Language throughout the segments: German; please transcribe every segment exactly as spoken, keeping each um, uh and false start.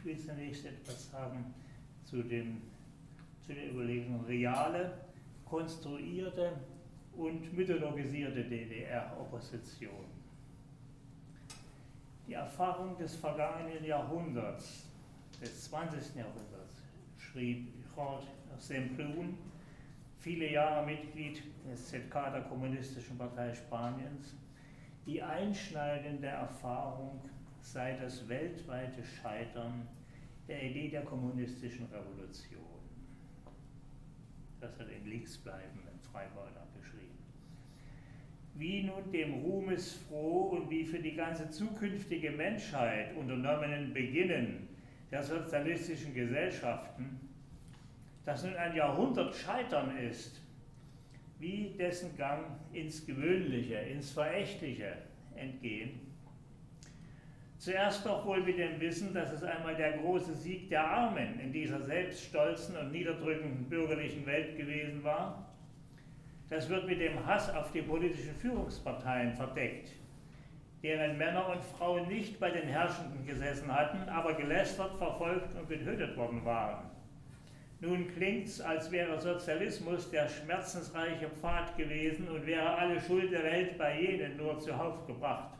Ich will zunächst etwas sagen zu, dem, zu der Überlegung reale, konstruierte und mythologisierte D D R-Opposition. Die Erfahrung des vergangenen Jahrhunderts, des zwanzigsten Jahrhunderts, schrieb Georges Semprún, viele Jahre Mitglied des Z K der Kommunistischen Partei Spaniens, die einschneidende Erfahrung sei das weltweite Scheitern der Idee der kommunistischen Revolution. Das hat in Linksbleiben im Freibeuter geschrieben. Wie nun dem ruhmesfroh und wie für die ganze zukünftige Menschheit unternommenen Beginnen der sozialistischen Gesellschaften, das nun ein Jahrhundert Scheitern ist, wie dessen Gang ins Gewöhnliche, ins Verächtliche entgehen. Zuerst doch wohl mit dem Wissen, dass es einmal der große Sieg der Armen in dieser selbststolzen und niederdrückenden bürgerlichen Welt gewesen war. Das wird mit dem Hass auf die politischen Führungsparteien verdeckt, deren Männer und Frauen nicht bei den Herrschenden gesessen hatten, aber gelästert, verfolgt und getötet worden waren. Nun klingt's, als wäre Sozialismus der schmerzensreiche Pfad gewesen und wäre alle Schuld der Welt bei jenen nur zuhauf gebracht.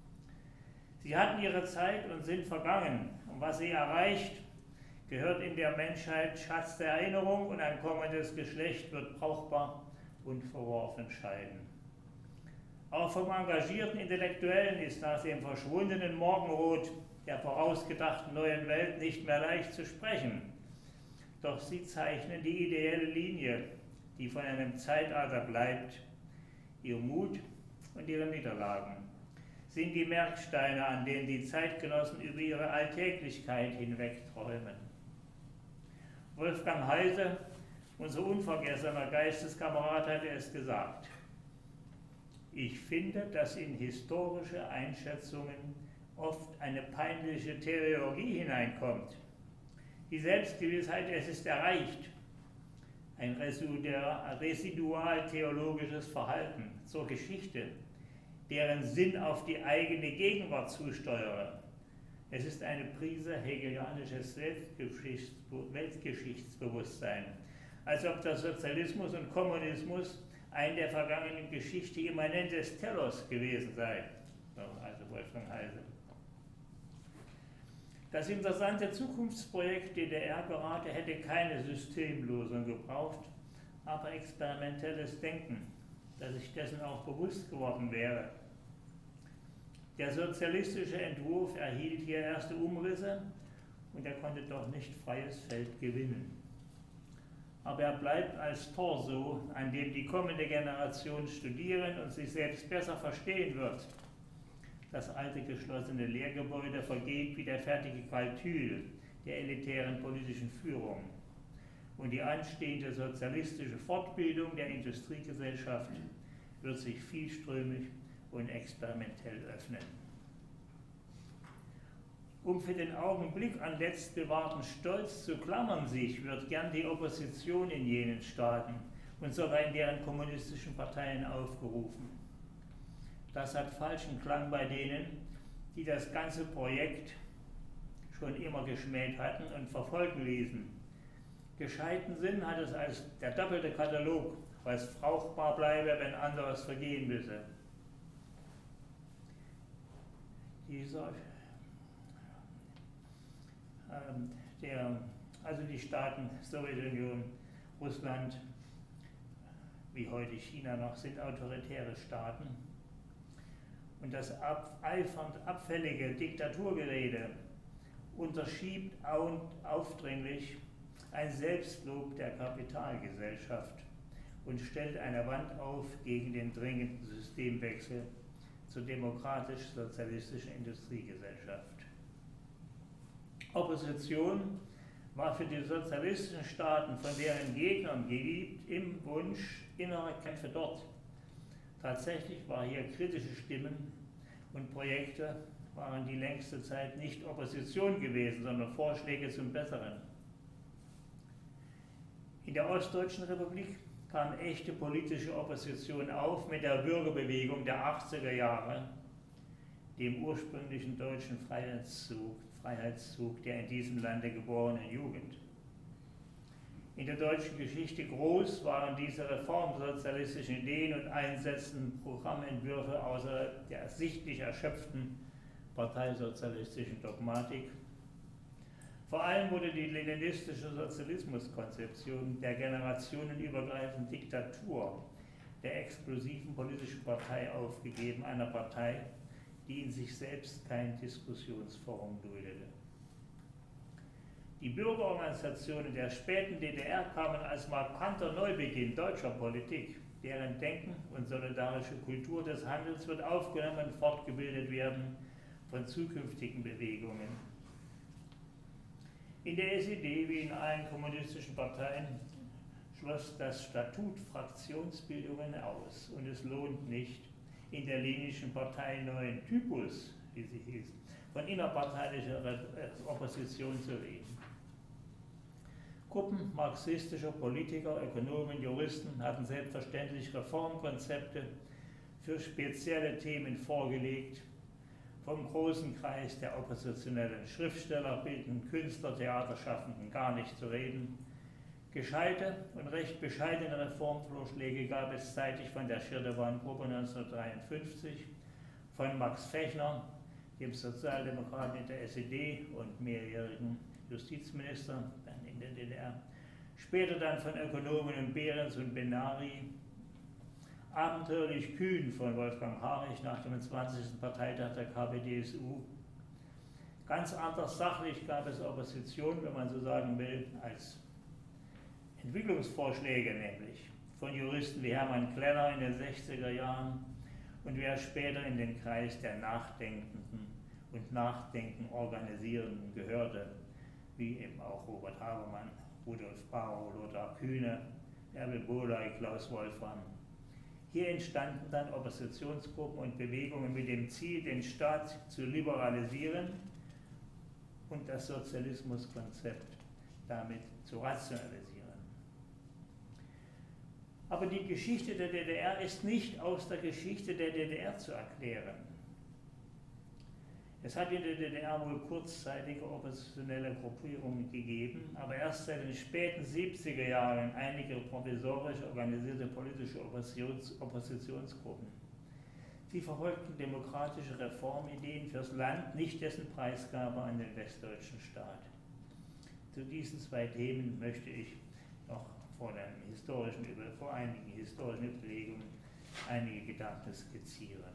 Sie hatten ihre Zeit und sind vergangen, und was sie erreicht, gehört in der Menschheit Schatz der Erinnerung, und ein kommendes Geschlecht wird brauchbar und verworfen scheiden. Auch vom engagierten Intellektuellen ist nach dem verschwundenen Morgenrot der vorausgedachten neuen Welt nicht mehr leicht zu sprechen. Doch sie zeichnen die ideelle Linie, die von einem Zeitalter bleibt. Ihr Mut und ihre Niederlagen sind die Merksteine, an denen die Zeitgenossen über ihre Alltäglichkeit hinwegträumen. Wolfgang Heise, unser unvergessener Geisteskamerad, hatte es gesagt: Ich finde, dass in historische Einschätzungen oft eine peinliche Theologie hineinkommt. Die Selbstgewissheit, es ist erreicht, ein residual-theologisches Verhalten zur Geschichte, deren Sinn auf die eigene Gegenwart zusteuere. Es ist eine Prise hegelianisches Weltgeschichtsbewusstsein, als ob der Sozialismus und Kommunismus ein der vergangenen Geschichte immanentes Telos gewesen sei. Also Wolfgang Heise. Das interessante Zukunftsprojekt D D R-Berater hätte keine Systemlösung gebraucht, aber experimentelles Denken, das sich dessen auch bewusst geworden wäre. Der sozialistische Entwurf erhielt hier erste Umrisse und er konnte doch nicht freies Feld gewinnen. Aber er bleibt als Torso, an dem die kommende Generation studieren und sich selbst besser verstehen wird. Das alte geschlossene Lehrgebäude vergeht wie der fertige Kalkül der elitären politischen Führung. Und die anstehende sozialistische Fortbildung der Industriegesellschaft wird sich vielströmig und experimentell öffnen. Um für den Augenblick an letztbewahrten Stolz zu klammern sich, wird gern die Opposition in jenen Staaten und sogar in deren kommunistischen Parteien aufgerufen. Das hat falschen Klang bei denen, die das ganze Projekt schon immer geschmäht hatten und verfolgen ließen. Gescheiten Sinn hat es als der doppelte Katalog, was brauchbar bleibe, wenn anderes vergehen müsse. Dieser, ähm, der, also die Staaten Sowjetunion, Russland, wie heute China noch, sind autoritäre Staaten. Und das eifernd abfällige Diktaturgerede unterschiebt aufdringlich ein Selbstlob der Kapitalgesellschaft und stellt eine Wand auf gegen den dringenden Systemwechsel zur demokratisch-sozialistischen Industriegesellschaft. Opposition war für die sozialistischen Staaten von deren Gegnern geliebt im Wunsch innerer Kämpfe dort. Tatsächlich waren hier kritische Stimmen und Projekte waren die längste Zeit nicht Opposition gewesen, sondern Vorschläge zum Besseren. In der Ostdeutschen Republik kam echte politische Opposition auf mit der Bürgerbewegung der achtziger Jahre, dem ursprünglichen deutschen Freiheitszug, Freiheitszug der in diesem Lande geborenen Jugend. In der deutschen Geschichte groß waren diese reformsozialistischen Ideen und einsetzenden Programmentwürfe außer der sichtlich erschöpften parteisozialistischen Dogmatik. Vor allem wurde die leninistische Sozialismuskonzeption der generationenübergreifenden Diktatur der exklusiven politischen Partei aufgegeben, einer Partei, die in sich selbst kein Diskussionsforum duldete. Die Bürgerorganisationen der späten D D R kamen als markanter Neubeginn deutscher Politik, deren Denken und solidarische Kultur des Handelns wird aufgenommen und fortgebildet werden von zukünftigen Bewegungen. In der S E D wie in allen kommunistischen Parteien schloss das Statut Fraktionsbildungen aus und es lohnt nicht, in der Leninschen Partei neuen Typus, wie sie hieß, von innerparteilicher Opposition zu reden. Gruppen marxistischer Politiker, Ökonomen, Juristen hatten selbstverständlich Reformkonzepte für spezielle Themen vorgelegt. Vom großen Kreis der oppositionellen Schriftsteller, bildenden Künstler, Theaterschaffenden gar nicht zu reden. Gescheite und recht bescheidene Reformvorschläge gab es zeitig von der Schirdewan-Gruppe neunzehnhundertdreiundfünfzig, von Max Fechner, dem Sozialdemokraten in der S E D und mehrjährigen Justizminister dann in der D D R, später dann von Ökonomen und Behrens und Benari, abenteuerlich kühn von Wolfgang Harich nach dem zwanzigsten Parteitag der K P D S U. Ganz anders sachlich gab es Opposition, wenn man so sagen will, als Entwicklungsvorschläge, nämlich von Juristen wie Hermann Klenner in den sechziger Jahren und wer später in den Kreis der Nachdenkenden und Nachdenken organisierenden gehörte, wie eben auch Robert Habermann, Rudolf Barrow, Lothar Kühne, Bärbel Bohley, Klaus Wolfram. Hier entstanden dann Oppositionsgruppen und Bewegungen mit dem Ziel, den Staat zu liberalisieren und das Sozialismuskonzept damit zu rationalisieren. Aber die Geschichte der D D R ist nicht aus der Geschichte der D D R zu erklären. Es hat in der D D R wohl kurzzeitige oppositionelle Gruppierungen gegeben, aber erst seit den späten siebziger Jahren einige provisorisch organisierte politische Oppositions Oppositionsgruppen. Sie verfolgten demokratische Reformideen fürs Land, nicht dessen Preisgabe an den westdeutschen Staat. Zu diesen zwei Themen möchte ich noch vor, den historischen, vor einigen historischen Überlegungen einige Gedanken skizzieren.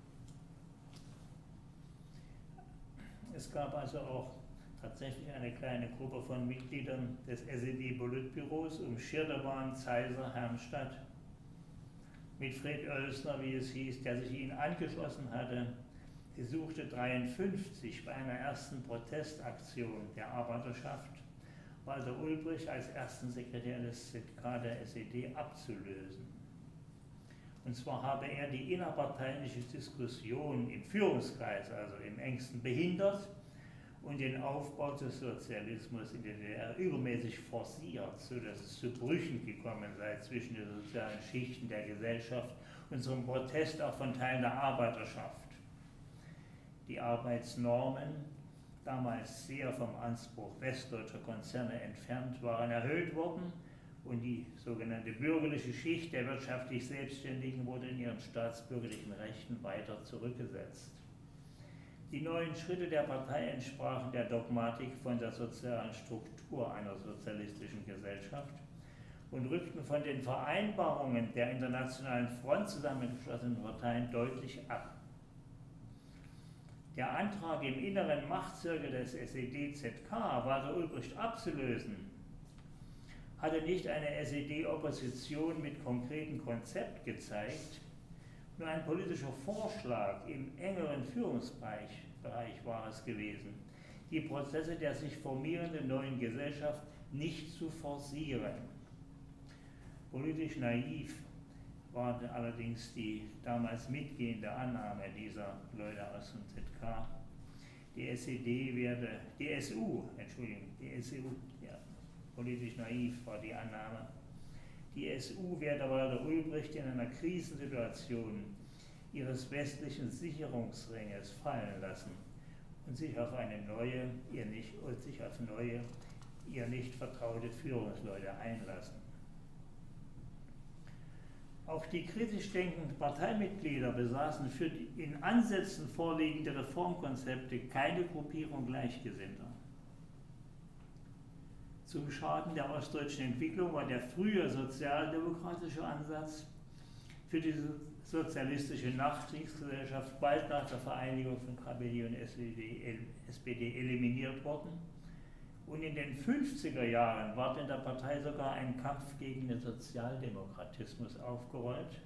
Es gab also auch tatsächlich eine kleine Gruppe von Mitgliedern des S E D-Politbüros um Schirdewan, Zeiser, Herrnstadt, mit Fred Oelsner, wie es hieß, der sich ihnen angeschlossen hatte. Sie suchte neunzehnhundertdreiundfünfzig bei einer ersten Protestaktion der Arbeiterschaft Walter Ulbricht als ersten Sekretär des Z K der S E D abzulösen. Und zwar habe er die innerparteiliche Diskussion im Führungskreis, also im engsten, behindert und den Aufbau des Sozialismus in der D D R übermäßig forciert, sodass es zu Brüchen gekommen sei zwischen den sozialen Schichten der Gesellschaft und zum Protest auch von Teilen der Arbeiterschaft. Die Arbeitsnormen, damals sehr vom Anspruch westdeutscher Konzerne entfernt, waren erhöht worden und die sogenannte bürgerliche Schicht der wirtschaftlich Selbstständigen wurde in ihren staatsbürgerlichen Rechten weiter zurückgesetzt. Die neuen Schritte der Partei entsprachen der Dogmatik von der sozialen Struktur einer sozialistischen Gesellschaft und rückten von den Vereinbarungen der Internationalen Front zusammengeschlossenen Parteien deutlich ab. Der Antrag im inneren Machtzirkel des S E D Z K, Walter Ulbricht abzulösen, hatte nicht eine S E D-Opposition mit konkretem Konzept gezeigt, nur ein politischer Vorschlag im engeren Führungsbereich Bereich war es gewesen, die Prozesse der sich formierenden neuen Gesellschaft nicht zu forcieren. Politisch naiv war allerdings die damals mitgehende Annahme dieser Leute aus dem Z K. Die S E D werde, die S U, Entschuldigung, die S U, ja, politisch naiv war die Annahme. Die S U werde Walter Ulbricht in einer Krisensituation ihres westlichen Sicherungsringes fallen lassen und sich auf eine neue, ihr nicht, und sich auf neue, ihr nicht vertraute Führungsleute einlassen. Auch die kritisch denkenden Parteimitglieder besaßen für die in Ansätzen vorliegende Reformkonzepte keine Gruppierung Gleichgesinnter. Zum Schaden der ostdeutschen Entwicklung war der frühe sozialdemokratische Ansatz für die sozialistische Nachkriegsgesellschaft bald nach der Vereinigung von K P D und S P D eliminiert worden. Und in den fünfziger Jahren ward in der Partei sogar ein Kampf gegen den Sozialdemokratismus aufgerollt.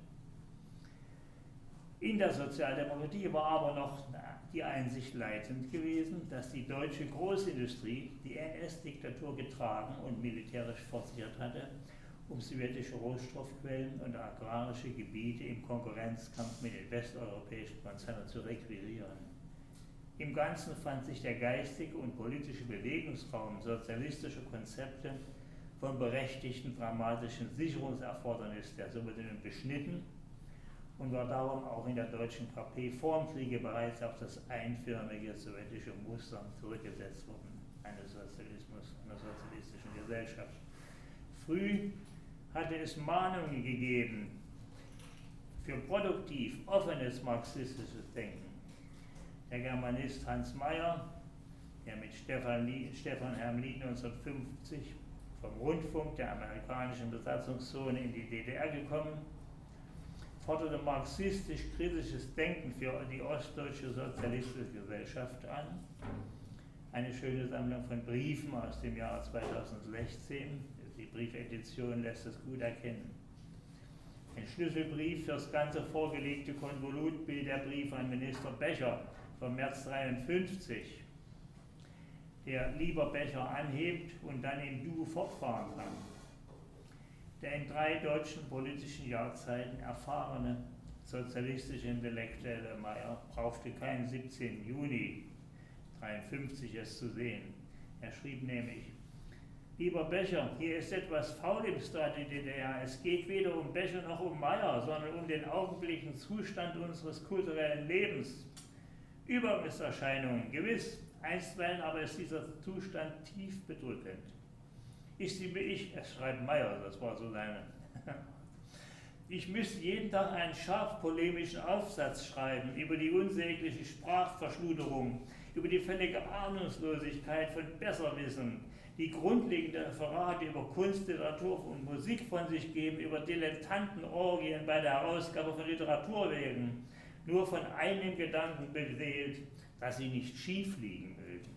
In der Sozialdemokratie war aber noch die Einsicht leitend gewesen, dass die deutsche Großindustrie die N S-Diktatur getragen und militärisch forciert hatte, um sowjetische Rohstoffquellen und agrarische Gebiete im Konkurrenzkampf mit den westeuropäischen Konzernen zu requirieren. Im Ganzen fand sich der geistige und politische Bewegungsraum sozialistischer Konzepte vom berechtigten dramatischen Sicherungserfordernis der Sowjetunion beschnitten und war darum auch in der deutschen K P vor dem Kriege bereits auf das einförmige sowjetische Muster zurückgesetzt worden, eines Sozialismus, einer sozialistischen Gesellschaft. Früh hatte es Mahnungen gegeben für produktiv offenes marxistisches Denken. Der Germanist Hans Mayer, der mit Stefan, Stefan Hermlin neunzehnhundertfünfzig vom Rundfunk der amerikanischen Besatzungszone in die D D R gekommen, forderte marxistisch-kritisches Denken für die ostdeutsche sozialistische Gesellschaft an. Eine schöne Sammlung von Briefen aus dem Jahr zweitausendsechzehn, die Briefedition lässt es gut erkennen. Ein Schlüsselbrief für das ganze vorgelegte Konvolut bildet der Brief an Minister Becher vom März neunzehnhundertdreiundfünfzig, der lieber Becher anhebt und dann im Du fortfahren kann. Der in drei deutschen politischen Jahrzeiten erfahrene sozialistische Intellektuelle Mayer brauchte keinen siebzehnten Juni neunzehnhundertdreiundfünfzig es zu sehen. Er schrieb nämlich: Lieber Becher, hier ist etwas faul im Staat der D D R. Es geht weder um Becher noch um Mayer, sondern um den augenblicklichen Zustand unseres kulturellen Lebens. Übergangserscheinungen, gewiss, einstweilen aber ist dieser Zustand tief bedrückend. Ich, ich, es schreibt Mayer, das war so seine. Ich müsste jeden Tag einen scharf polemischen Aufsatz schreiben über die unsägliche Sprachverschluderung, über die völlige Ahnungslosigkeit von Besserwissen, die grundlegende Referate über Kunst, Literatur und Musik von sich geben, über Dilettantenorgien bei der Herausgabe von Literaturwerken, nur von einem Gedanken beseelt, dass sie nicht schief liegen mögen.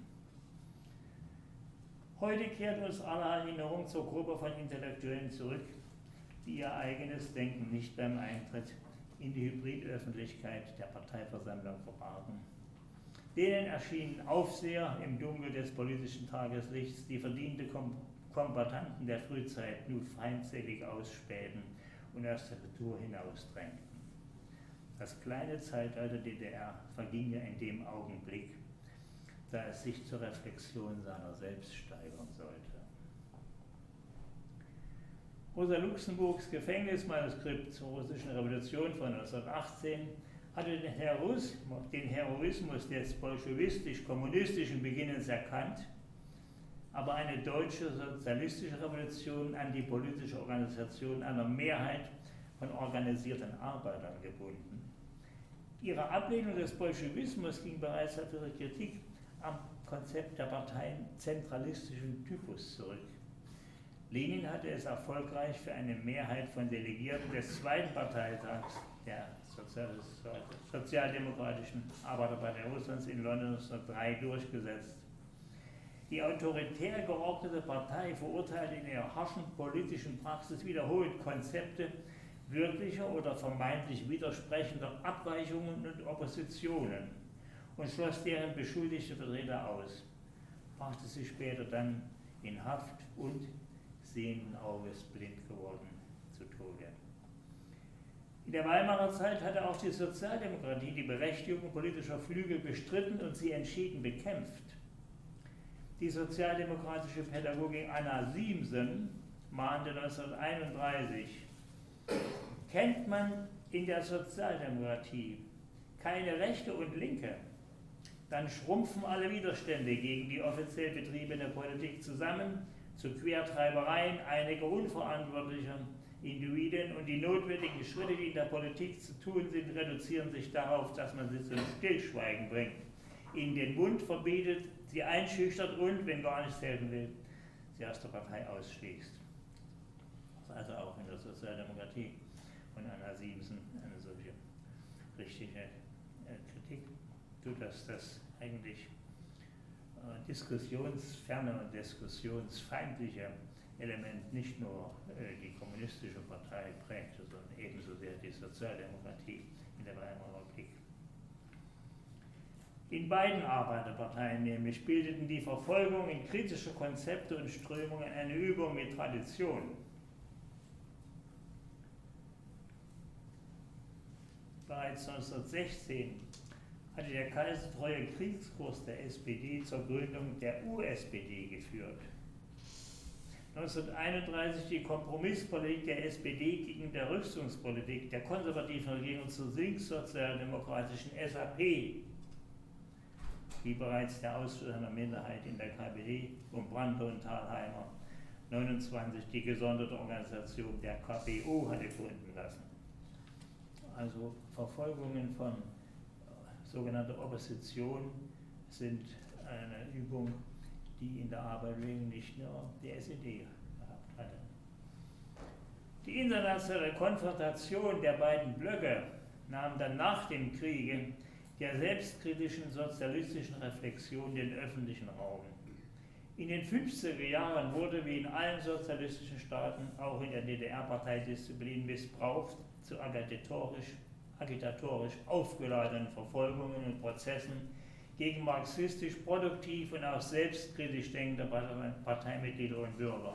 Heute kehrt uns alle Erinnerung zur Gruppe von Intellektuellen zurück, die ihr eigenes Denken nicht beim Eintritt in die Hybridöffentlichkeit der Parteiversammlung verbargen. Denen erschienen Aufseher im Dunkel des politischen Tageslichts, die verdiente Kom Kombattanten der Frühzeit nun feindselig ausspähten und aus der Kultur hinausdrängten. Das kleine Zeitalter D D R verging ja in dem Augenblick, da es sich zur Reflexion seiner selbst steigern sollte. Rosa Luxemburgs Gefängnismanuskript zur russischen Revolution von neunzehnhundertachtzehn hatte den Heroismus, den Heroismus des bolschewistisch-kommunistischen Beginnens erkannt, aber eine deutsche sozialistische Revolution an die politische Organisation einer Mehrheit von organisierten Arbeitern gebunden. Ihre Ablehnung des Bolschewismus ging bereits auf ihre Kritik am Konzept der Parteien zentralistischen Typus zurück. Lenin hatte es erfolgreich für eine Mehrheit von Delegierten des zweiten Parteitags der Sozialdemokratischen Arbeiterpartei Russlands in London neunzehnhundertdrei durchgesetzt. Die autoritär geordnete Partei verurteilte in ihrer harschen politischen Praxis wiederholt Konzepte wirklicher oder vermeintlich widersprechender Abweichungen und Oppositionen und schloss deren beschuldigte Vertreter aus, brachte sie später dann in Haft und sehenden Auges blind geworden zu Tode. In der Weimarer Zeit hatte auch die Sozialdemokratie die Berechtigung politischer Flügel bestritten und sie entschieden bekämpft. Die sozialdemokratische Pädagogin Anna Siemsen mahnte neunzehnhunderteinunddreißig: Kennt man in der Sozialdemokratie keine Rechte und Linke, dann schrumpfen alle Widerstände gegen die offiziell betriebene Politik zusammen zu Quertreibereien einiger unverantwortlicher Individuen, und die notwendigen Schritte, die in der Politik zu tun sind, reduzieren sich darauf, dass man sie zum Stillschweigen bringt, ihnen den Mund verbietet, sie einschüchtert und, wenn gar nichts helfen will, sie aus der Partei ausschließt. Also auch in der Sozialdemokratie von Anna Siemsen eine solche richtige äh, Kritik, sodass das eigentlich äh, diskussionsferne und diskussionsfeindliche Element nicht nur äh, die kommunistische Partei prägte, sondern ebenso sehr die Sozialdemokratie in der Weimarer Republik. In beiden Arbeiterparteien nämlich bildeten die Verfolgung in kritische Konzepte und Strömungen eine Übung mit Tradition. Bereits neunzehnhundertsechzehn hatte der kaisertreue Kriegskurs der S P D zur Gründung der U S P D geführt. neunzehnhunderteinunddreißig die Kompromisspolitik der S P D gegen der Rüstungspolitik der konservativen Regierung zur linkssozialdemokratischen S A P, wie bereits der Ausschuss einer Minderheit in der K P D um Brandl und Thalheimer neunundzwanzig die gesonderte Organisation der K P O hatte gründen lassen. Also Verfolgungen von äh, sogenannter Opposition sind eine Übung, die in der Arbeiterbewegung nicht nur die S E D gehabt hatte. Die internationale Konfrontation der beiden Blöcke nahm dann nach dem Kriege der selbstkritischen sozialistischen Reflexion den öffentlichen Raum. In den fünfziger Jahren wurde, wie in allen sozialistischen Staaten, auch in der D D R-Parteidisziplin missbraucht zu agitatorisch, agitatorisch aufgeladenen Verfolgungen und Prozessen gegen marxistisch produktiv und auch selbstkritisch denkende Parteimitglieder und Bürger.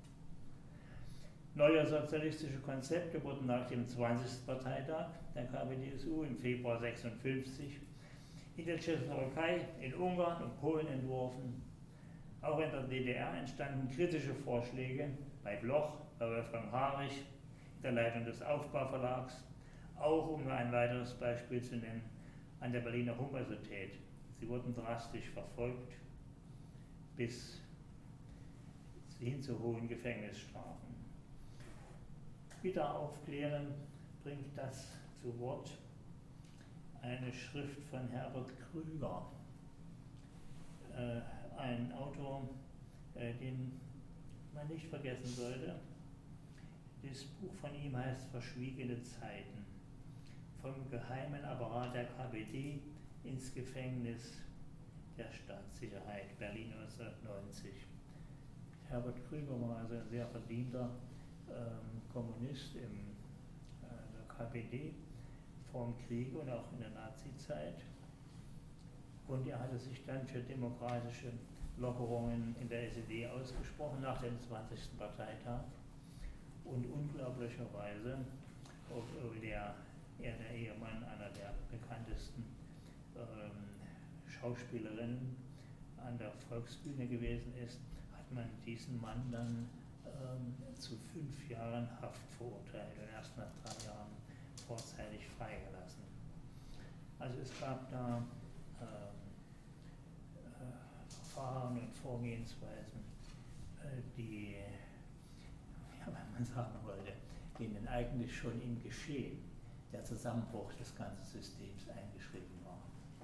Neue sozialistische Konzepte wurden nach dem zwanzigsten Parteitag der K P D S U im Februar sechsundfünfzig in der Tschechoslowakei, in Ungarn und Polen entworfen. Auch in der D D R entstanden kritische Vorschläge bei Bloch, bei Wolfgang Harich, in der Leitung des Aufbauverlags, auch, um nur ein weiteres Beispiel zu nennen, an der Berliner Universität. Sie wurden drastisch verfolgt bis hin zu hohen Gefängnisstrafen. Wieder aufklären bringt das zu Wort eine Schrift von Herbert Krüger, äh, ein Autor, äh, den man nicht vergessen sollte. Das Buch von ihm heißt Verschwiegene Zeiten. Vom geheimen Apparat der K P D ins Gefängnis der Staatssicherheit, Berlin neunzehnhundertneunzig. Herbert Krüger war also ein sehr verdienter ähm, Kommunist in äh, der K P D vor dem Krieg und auch in der Nazizeit. Und er hatte sich dann für demokratische Lockerungen in der S E D ausgesprochen nach dem zwanzigsten Parteitag. Und unglaublicherweise, obwohl der, er der Ehemann einer der bekanntesten ähm, Schauspielerinnen an der Volksbühne gewesen ist, hat man diesen Mann dann ähm, zu fünf Jahren Haft verurteilt und erst nach drei Jahren vorzeitig freigelassen. Also es gab da ähm, äh, Verfahren und Vorgehensweisen, äh, die, ja, wenn man sagen wollte, denen eigentlich schon im Geschehen der Zusammenbruch des ganzen Systems eingeschrieben war.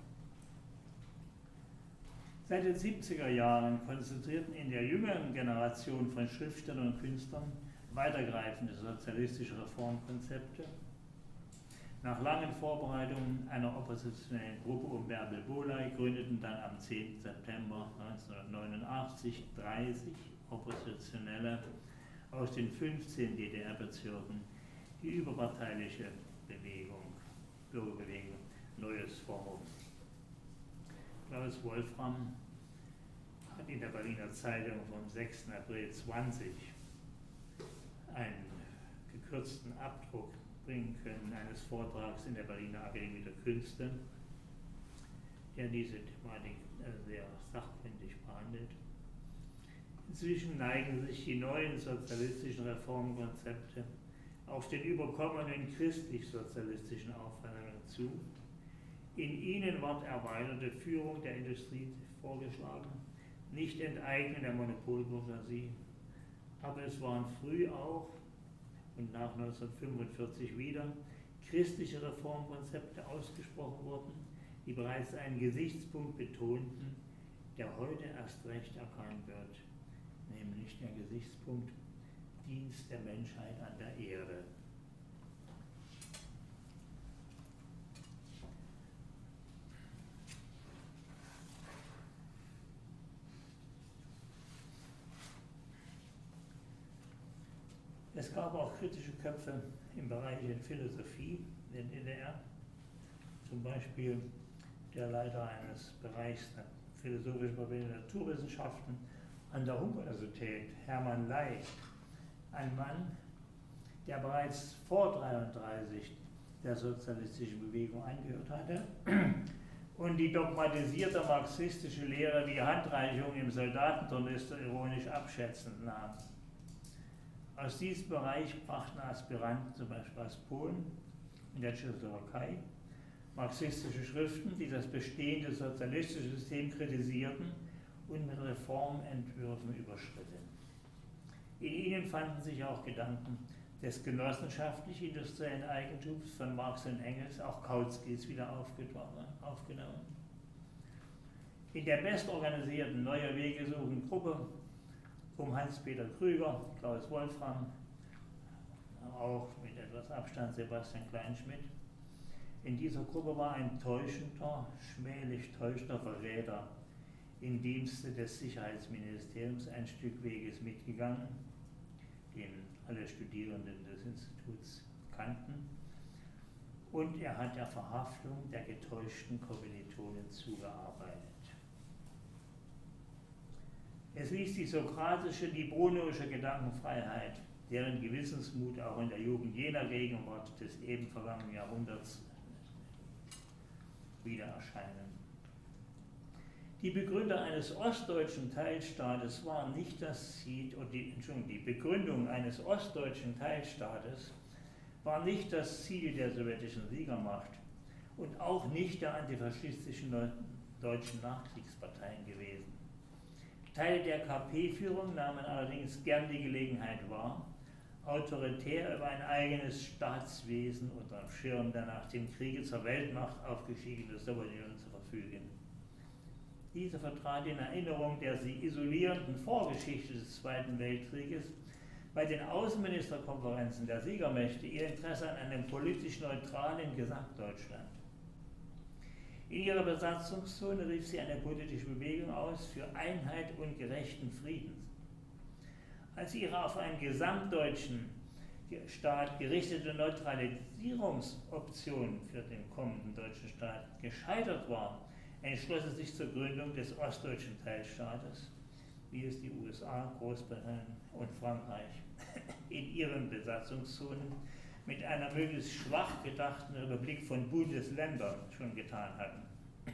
Seit den siebziger Jahren konzentrierten in der jüngeren Generation von Schriftstellern und Künstlern weitergreifende sozialistische Reformkonzepte. Nach langen Vorbereitungen einer oppositionellen Gruppe um Bärbel Bohley gründeten dann am zehnten September neunzehnhundertneunundachtzig dreißig Oppositionelle aus den fünfzehn D D R-Bezirken die überparteiliche Bewegung, Bürgerbewegung Neues Forum. Klaus Wolfram hat in der Berliner Zeitung vom sechsten April zwanzig einen gekürzten Abdruck bringen können eines Vortrags in der Berliner Akademie der Künste, der diese Thematik sehr sachkundig behandelt. Inzwischen neigen sich die neuen sozialistischen Reformkonzepte auf den überkommenen christlich-sozialistischen Auffassungen zu. In ihnen ward erweiterte Führung der Industrie vorgeschlagen, nicht Enteignung der Monopolbourgeoisie, aber es waren früh auch und nach neunzehnhundertfünfundvierzig wieder christliche Reformkonzepte ausgesprochen worden, die bereits einen Gesichtspunkt betonten, der heute erst recht erkannt wird, nämlich der Gesichtspunkt Dienst der Menschheit an der Erde. Es gab auch kritische Köpfe im Bereich der Philosophie in der D D R, zum Beispiel der Leiter eines Bereichs der philosophischen Verbindung der Naturwissenschaften an der Universität, Hermann Ley, ein Mann, der bereits vor neunzehnhundertdreiunddreißig der sozialistischen Bewegung angehört hatte und die dogmatisierte marxistische Lehre wie Handreichung im Soldatentornister ironisch abschätzend nahm. Aus diesem Bereich brachten Aspiranten, zum Beispiel aus Polen und der Tschechoslowakei, marxistische Schriften, die das bestehende sozialistische System kritisierten und mit Reformentwürfen überschritten. In ihnen fanden sich auch Gedanken des genossenschaftlich-industriellen Eigentums von Marx und Engels, auch Kautskys, wieder aufgenommen. In der bestorganisierten Neue Wege suchen Gruppe um Hans-Peter Krüger, Klaus Wolfram, auch mit etwas Abstand Sebastian Kleinschmidt. In dieser Gruppe war ein täuschender, schmählich täuschender Verräter im Dienste des Sicherheitsministeriums ein Stück Weges mitgegangen, den alle Studierenden des Instituts kannten, und er hat der Verhaftung der getäuschten Kommilitonen zugearbeitet. Es ließ die sokratische, die brunoische Gedankenfreiheit, deren Gewissensmut auch in der Jugend jener Gegenwart des eben vergangenen Jahrhunderts wieder erscheinen. Die Begründer eines ostdeutschen Teilstaates waren nicht das Ziel, oder die, Entschuldigung, die Begründung eines ostdeutschen Teilstaates war nicht das Ziel der sowjetischen Siegermacht und auch nicht der antifaschistischen deutschen Nachkriegsparteien gewesen. Teile der K P-Führung nahmen allerdings gern die Gelegenheit wahr, autoritär über ein eigenes Staatswesen unter dem Schirm der nach dem Kriege zur Weltmacht aufgestiegenen Sowjetunion zu verfügen. Diese vertrat in Erinnerung der sie isolierenden Vorgeschichte des Zweiten Weltkrieges bei den Außenministerkonferenzen der Siegermächte ihr Interesse an einem politisch neutralen Gesamtdeutschland. In ihrer Besatzungszone rief sie eine politische Bewegung aus für Einheit und gerechten Frieden. Als ihre auf einen gesamtdeutschen Staat gerichtete Neutralisierungsoption für den kommenden deutschen Staat gescheitert war, entschloss es sich zur Gründung des ostdeutschen Teilstaates, wie es die U S A, Großbritannien und Frankreich in ihren Besatzungszonen mit einer möglichst schwach gedachten Republik von Bundesländern schon getan hatten.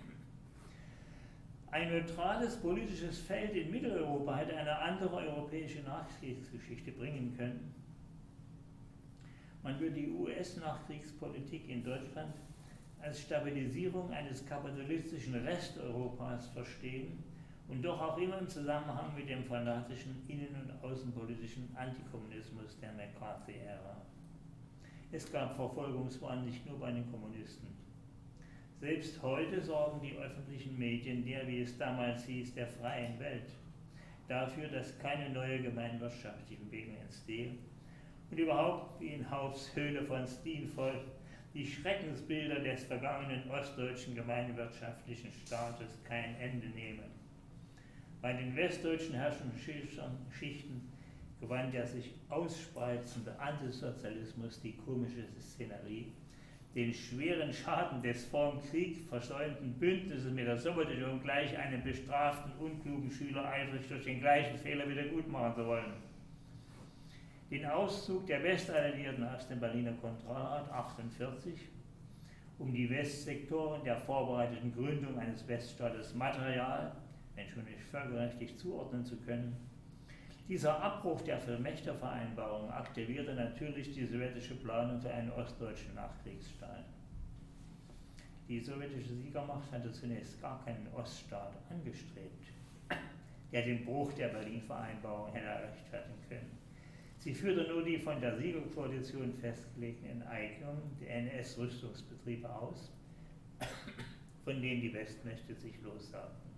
Ein neutrales politisches Feld in Mitteleuropa hätte eine andere europäische Nachkriegsgeschichte bringen können. Man würde die U S-Nachkriegspolitik in Deutschland als Stabilisierung eines kapitalistischen Resteuropas verstehen und doch auch immer im Zusammenhang mit dem fanatischen innen- und außenpolitischen Antikommunismus der McCarthy-Ära. Es gab Verfolgungswahn nicht nur bei den Kommunisten. Selbst heute sorgen die öffentlichen Medien der, wie es damals hieß, der freien Welt, dafür, dass keine neue gemeinwirtschaftliche Bewegung entstehe und überhaupt, wie in Haufs Höhle von Steenvoll, die Schreckensbilder des vergangenen ostdeutschen gemeinwirtschaftlichen Staates kein Ende nehmen. Bei den westdeutschen herrschenden Schichten gewann der sich ausspreizende Antisozialismus die komische Szenerie, den schweren Schaden des vor dem Krieg versäumten Bündnisses mit der Sowjetunion gleich einem bestraften, unklugen Schüler eifrig durch den gleichen Fehler wieder gut machen zu wollen. Den Auszug der Westalliierten aus dem Berliner Kontraat achtundvierzig, um die Westsektoren der vorbereiteten Gründung eines Weststaates material, wenn schon nicht völkerrechtlich zuordnen zu können, Dieser Abbruch der Vermächtervereinbarung aktivierte natürlich die sowjetische Planung für einen ostdeutschen Nachkriegsstaat. Die sowjetische Siegermacht hatte zunächst gar keinen Oststaat angestrebt, der den Bruch der Berlin-Vereinbarung hätte rechtfertigen können. Sie führte nur die von der Siegerkoalition festgelegten Enteignungen der N S-Rüstungsbetriebe aus, von denen die Westmächte sich lossagten.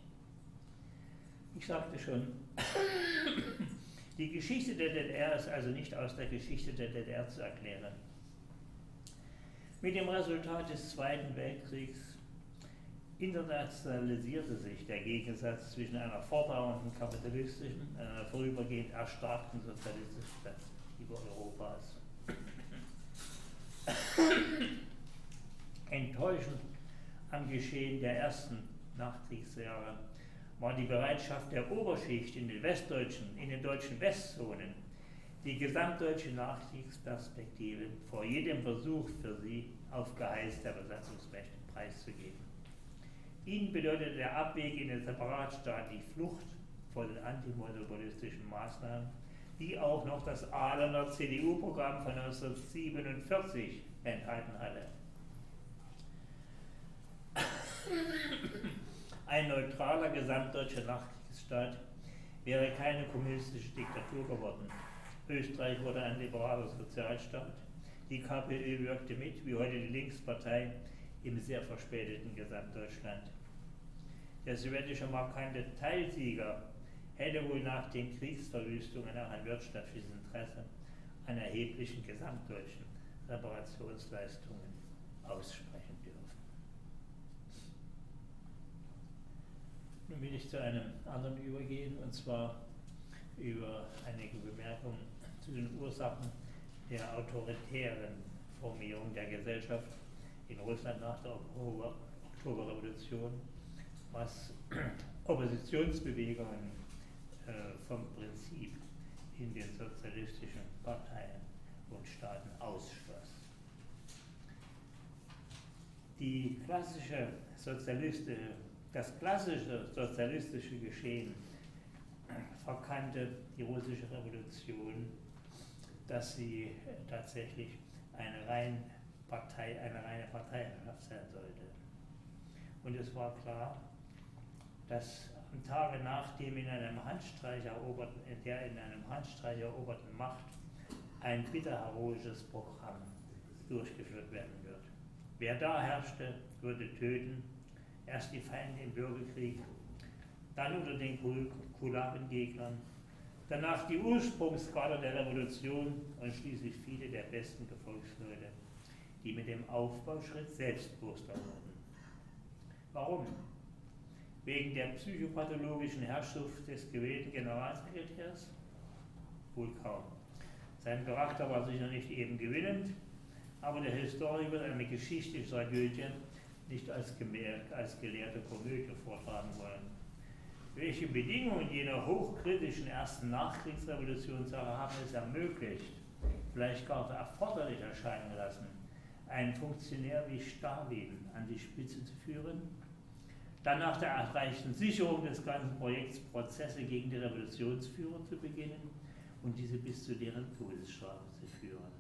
Ich sagte schon, die Geschichte der D D R ist also nicht aus der Geschichte der D D R zu erklären. Mit dem Resultat des Zweiten Weltkriegs internationalisierte sich der Gegensatz zwischen einer fortdauernden kapitalistischen und einer vorübergehend erstarkten sozialistischen Perspektive Europas. Enttäuschend am Geschehen der ersten Nachkriegsjahre war die Bereitschaft der Oberschicht in den westdeutschen, in den deutschen Westzonen, die gesamtdeutsche Nachkriegsperspektive vor jedem Versuch für sie auf Geheiß der Besatzungsmächte preiszugeben. Ihnen bedeutete der Abweg in den Separatstaat die Flucht vor den antimonopolistischen Maßnahmen, die auch noch das Ahlener C D U-Programm von neunzehnhundertsiebenundvierzig enthalten hatte. Ein neutraler gesamtdeutscher Nachkriegsstaat wäre keine kommunistische Diktatur geworden. Österreich wurde ein liberaler Sozialstaat. Die K P Ö wirkte mit, wie heute die Linkspartei, im sehr verspäteten Gesamtdeutschland. Der sowjetische markante Teilsieger hätte wohl nach den Kriegsverwüstungen auch ein wirtschaftliches Interesse an erheblichen gesamtdeutschen Reparationsleistungen aussprechen dürfen. Nun will ich zu einem anderen übergehen, und zwar über einige Bemerkungen zu den Ursachen der autoritären Formierung der Gesellschaft in Russland nach der Oktober, Oktoberrevolution, was Oppositionsbewegungen äh, vom Prinzip in den sozialistischen Parteien und Staaten ausschloss. Die klassische sozialistische, das klassische sozialistische Geschehen verkannte die russische Revolution, dass sie tatsächlich eine rein Partei, eine reine Parteiherrschaft sein sollte. Und es war klar, dass am Tage nach dem in einem Handstreich eroberten, der in einem Handstreich eroberten Macht ein bitterheroisches Programm durchgeführt werden wird. Wer da herrschte, würde töten, erst die Feinde im Bürgerkrieg, dann unter den Kulabengegnern, danach die Ursprungskader der Revolution und schließlich viele der besten Gefolgsleute, die mit dem Aufbauschritt Selbstposter wurden. Warum? Wegen der psychopathologischen Herrschaft des gewählten Generalsekretärs? Wohl kaum. Sein Charakter war sicher nicht eben gewinnend, aber der Historiker wird eine geschichtliche Tragödie nicht als, als gelehrte Komödie vortragen wollen. Welche Bedingungen jener hochkritischen ersten Nachkriegsrevolutionsjahre haben es ermöglicht, vielleicht gar erforderlich erscheinen lassen, einen Funktionär wie Stalin an die Spitze zu führen, dann nach der erreichten Sicherung des ganzen Projekts Prozesse gegen die Revolutionsführer zu beginnen und diese bis zu deren Todesstrafe zu führen.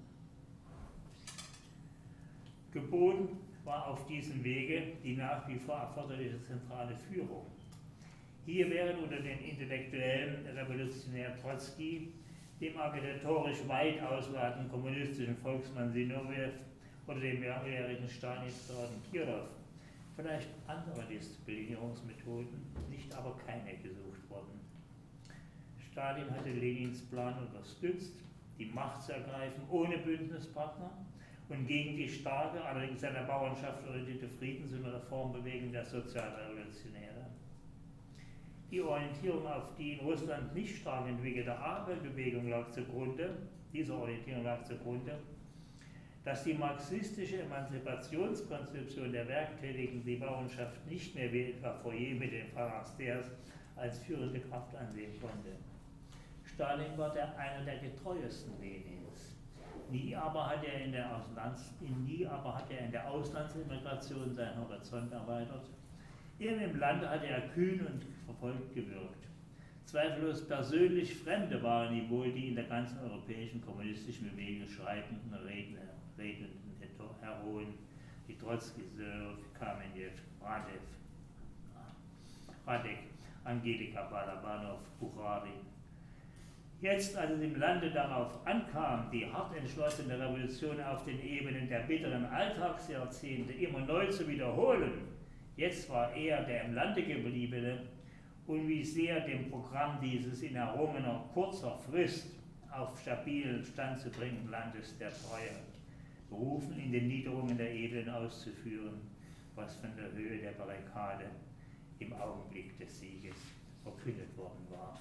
Geboten war auf diesem Wege die nach wie vor erforderliche zentrale Führung. Hier wären unter den intellektuellen Revolutionär Trotzki, dem architektorisch weit ausladenden kommunistischen Volksmann Zinoviev oder dem mehrjährigen Stalinstraten Kirov vielleicht andere Disziplinierungsmethoden, nicht aber keine gesucht worden. Stalin hatte Lenins Plan unterstützt, die Macht zu ergreifen ohne Bündnispartner und gegen die starke, allerdings seiner Bauernschaft orientierte Friedens- und Reformbewegung der Sozialrevolutionäre. Die Orientierung auf die in Russland nicht stark entwickelte Arbeiterbewegung lag zugrunde, dieser Orientierung lag zugrunde, dass die marxistische Emanzipationskonzeption der Werktätigen die Bauernschaft nicht mehr wie etwa Fourier mit den Pharasters als führende Kraft ansehen konnte. Stalin war der, einer der getreuesten Lenins. Nie aber hat er in der, Auslands, nie aber hat er in der Auslandsimmigration seinen Horizont erweitert. Eben im Lande hatte er kühn und verfolgt gewirkt. Zweifellos persönlich Fremde waren ihm wohl die in der ganzen europäischen kommunistischen Bewegung schreitenden Redner, redenden Heroen, wie Trotzki, Serov, Kamenew, Radev, Radek, Angelika Balabanov, Bukhari. Jetzt, als es im Lande darauf ankam, die hart entschlossene Revolution auf den Ebenen der bitteren Alltagsjahrzehnte immer neu zu wiederholen, jetzt war er der im Lande gebliebene und wie sehr dem Programm dieses in errungener kurzer Frist auf stabilen Stand zu bringen Landes der Treue, berufen in den Niederungen der Edlen auszuführen, was von der Höhe der Barrikade im Augenblick des Sieges verkündet worden war.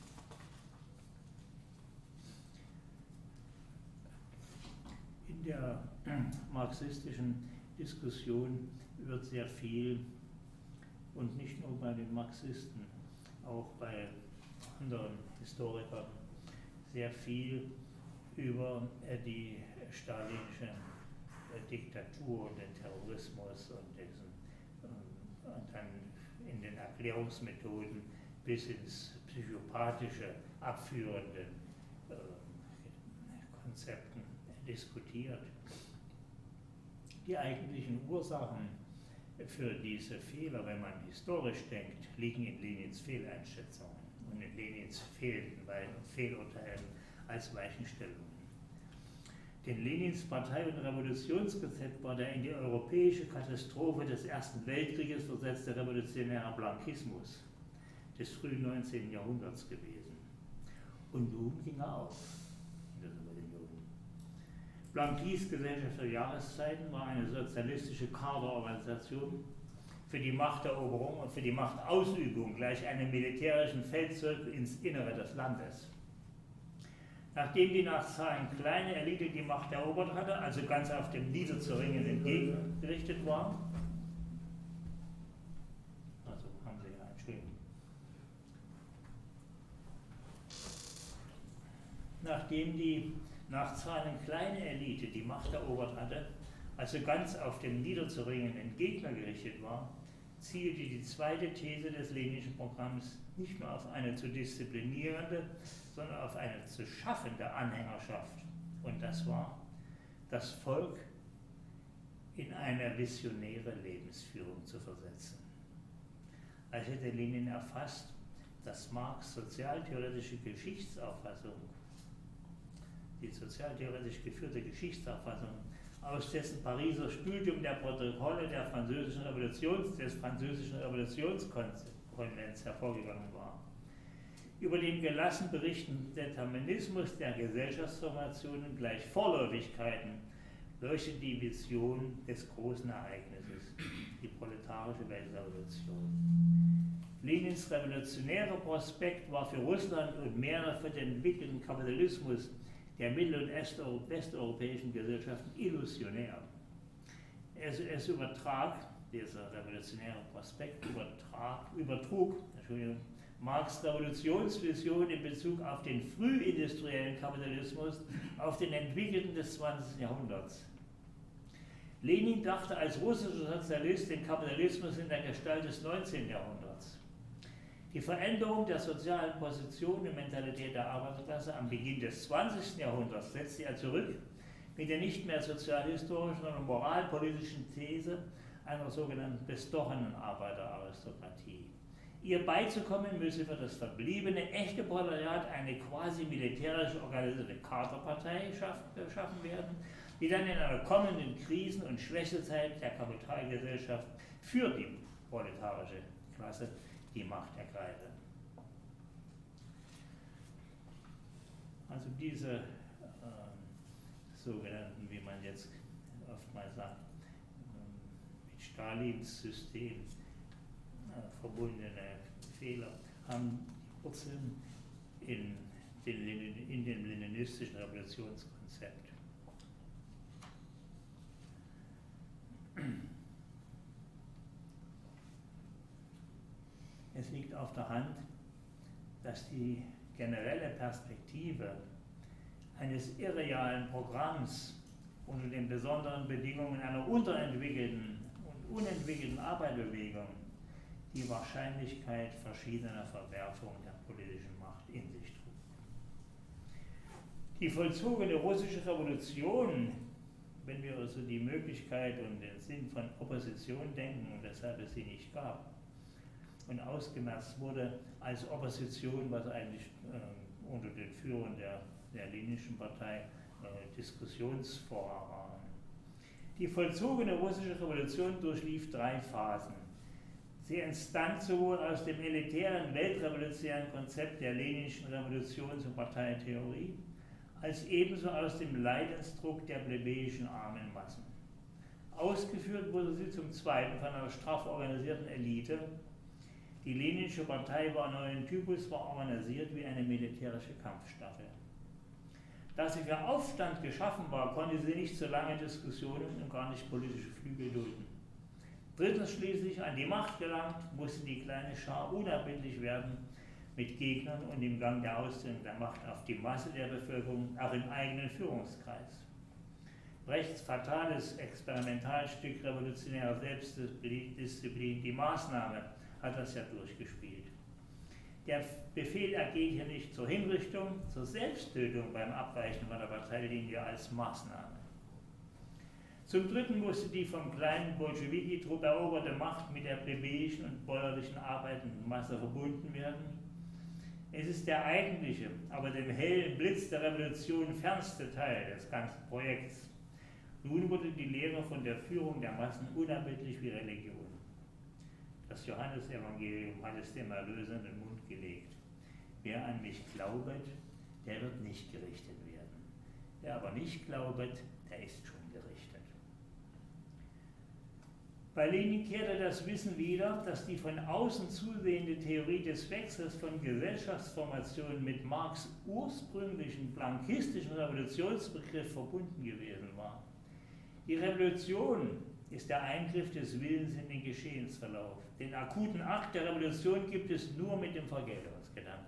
In der marxistischen Diskussion wird sehr viel, und nicht nur bei den Marxisten, auch bei anderen Historikern, sehr viel über die stalinische Diktatur und den Terrorismus und, diesen, und dann in den Erklärungsmethoden bis ins psychopathische, abführende äh, Konzepten diskutiert. Die eigentlichen Ursachen für diese Fehler, wenn man historisch denkt, liegen in Lenins Fehleinschätzungen und in Lenins fehlenden Fehlurteilen als Weichenstellungen. Denn Lenins Partei- und Revolutionskonzept war der in die europäische Katastrophe des Ersten Weltkrieges versetzte revolutionäre Blankismus des frühen neunzehnten Jahrhunderts gewesen. Und nun ging er auf in der Sowjetunion. Blanquis Gesellschaft der Jahreszeiten war eine sozialistische Kaderorganisation für die Machteroberung und für die Machtausübung gleich einem militärischen Feldzug ins Innere des Landes. Nachdem die nach Zahlen kleine Elite die Macht erobert hatte, also ganz auf dem niederzuringenden entgegengerichtet war, also haben Sie ja Entschuldigung. Nachdem die nach Zahlen kleine Elite die Macht erobert hatte, also ganz auf dem niederzuringenden Gegner gerichtet war, zielte die zweite These des leninischen Programms nicht nur auf eine zu disziplinierende, sondern auf eine zu schaffende Anhängerschaft. Und das war, das Volk in eine visionäre Lebensführung zu versetzen. Als hätte Lenin erfasst, dass Marx' sozialtheoretische Geschichtsauffassung, die sozialtheoretisch geführte Geschichtsauffassung, aus dessen Pariser Studium der Protokolle der französischen Revolutions, des französischen Revolutionskonvents hervorgegangen war. Über den gelassen berichtenden Determinismus der Gesellschaftsformationen gleich Vorläufigkeiten leuchtet die Vision des großen Ereignisses, die proletarische Weltrevolution. Lenins revolutionärer Prospekt war für Russland und mehr für den entwickelten Kapitalismus der mittel- und westeuropäischen Gesellschaften illusionär. Es, es übertrag, dieser revolutionäre Prospekt übertrag, übertrug Entschuldigung, Marx' Revolutionsvision in Bezug auf den frühindustriellen Kapitalismus auf den entwickelten des zwanzigsten Jahrhunderts. Lenin dachte als russischer Sozialist den Kapitalismus in der Gestalt des neunzehnten Jahrhunderts. Die Veränderung der sozialen Position und Mentalität der Arbeiterklasse am Beginn des zwanzigsten Jahrhunderts setzte er zurück mit der nicht mehr sozialhistorischen, sondern moralpolitischen These einer sogenannten bestochenen Arbeiteraristokratie. Ihr beizukommen müsse für das verbliebene echte Proletariat eine quasi militärisch organisierte Kaderpartei schaffen werden, die dann in einer kommenden Krisen- und Schwächezeit der Kapitalgesellschaft für die proletarische Klasse die Macht ergreife. Also diese äh, sogenannten, wie man jetzt oftmals sagt, äh, mit Stalins System äh, verbundene Fehler haben die Wurzeln in, den, in dem leninistischen Revolutionskonzept. Es liegt auf der Hand, dass die generelle Perspektive eines irrealen Programms unter den besonderen Bedingungen einer unterentwickelten und unentwickelten Arbeiterbewegung, die Wahrscheinlichkeit verschiedener Verwerfungen der politischen Macht in sich trug. Die vollzogene russische Revolution, wenn wir also die Möglichkeit und den Sinn von Opposition denken und weshalb es sie nicht gab und ausgemerzt wurde als Opposition, was eigentlich äh, unter den Führern der, der Leninischen Partei äh, Diskussionsfora waren. Die vollzogene russische Revolution durchlief drei Phasen. Sie entstand sowohl aus dem elitären weltrevolutionären Konzept der Leninischen Revolutions- und Parteitheorie, als ebenso aus dem Leidensdruck der plebejischen armen Massen. Ausgeführt wurde sie zum Zweiten von einer straff organisierten Elite. Die Leninische Partei war neuen Typus, war organisiert wie eine militärische Kampfstaffel. Da sie für Aufstand geschaffen war, konnte sie nicht so lange Diskussionen und gar nicht politische Flügel dulden. Drittens schließlich, an die Macht gelangt, musste die kleine Schar unerbittlich werden mit Gegnern und im Gang der Ausdehnung der Macht auf die Masse der Bevölkerung, auch im eigenen Führungskreis. Brechts fatales Experimentalstück revolutionärer Selbstdisziplin, die Maßnahme, hat das ja durchgespielt. Der Befehl ergeht hier nicht zur Hinrichtung, zur Selbsttötung beim Abweichen von der Parteilinie als Maßnahme. Zum Dritten musste die vom kleinen Bolschewiki-Trupp eroberte Macht mit der plebejischen und bäuerlichen arbeitenden Masse verbunden werden. Es ist der eigentliche, aber dem hellen Blitz der Revolution fernste Teil des ganzen Projekts. Nun wurde die Lehre von der Führung der Massen unerbittlich wie Religion. Das Johannesevangelium hat es dem Erlöser in den Mund gelegt. Wer an mich glaubet, der wird nicht gerichtet werden. Wer aber nicht glaubet, der ist schon gerichtet. Bei Lenin kehrte das Wissen wieder, dass die von außen zusehende Theorie des Wechsels von Gesellschaftsformationen mit Marx' ursprünglichen blankistischen Revolutionsbegriff verbunden gewesen war. Die Revolution ist der Eingriff des Willens in den Geschehensverlauf. Den akuten Akt der Revolution gibt es nur mit dem Vergeltungsgedanken.